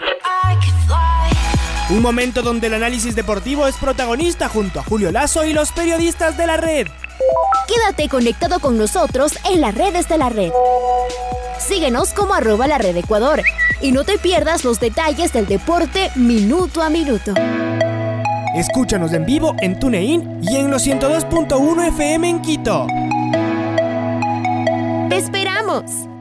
Un momento donde el análisis deportivo es protagonista junto a Julio Lazo y los periodistas de La Red. Quédate conectado con nosotros en las redes de la Red. Síguenos como arroba la Red Ecuador y no te pierdas los detalles del deporte minuto a minuto. Escúchanos en vivo en TuneIn y en los ciento dos punto uno F M en Quito. ¡Te esperamos!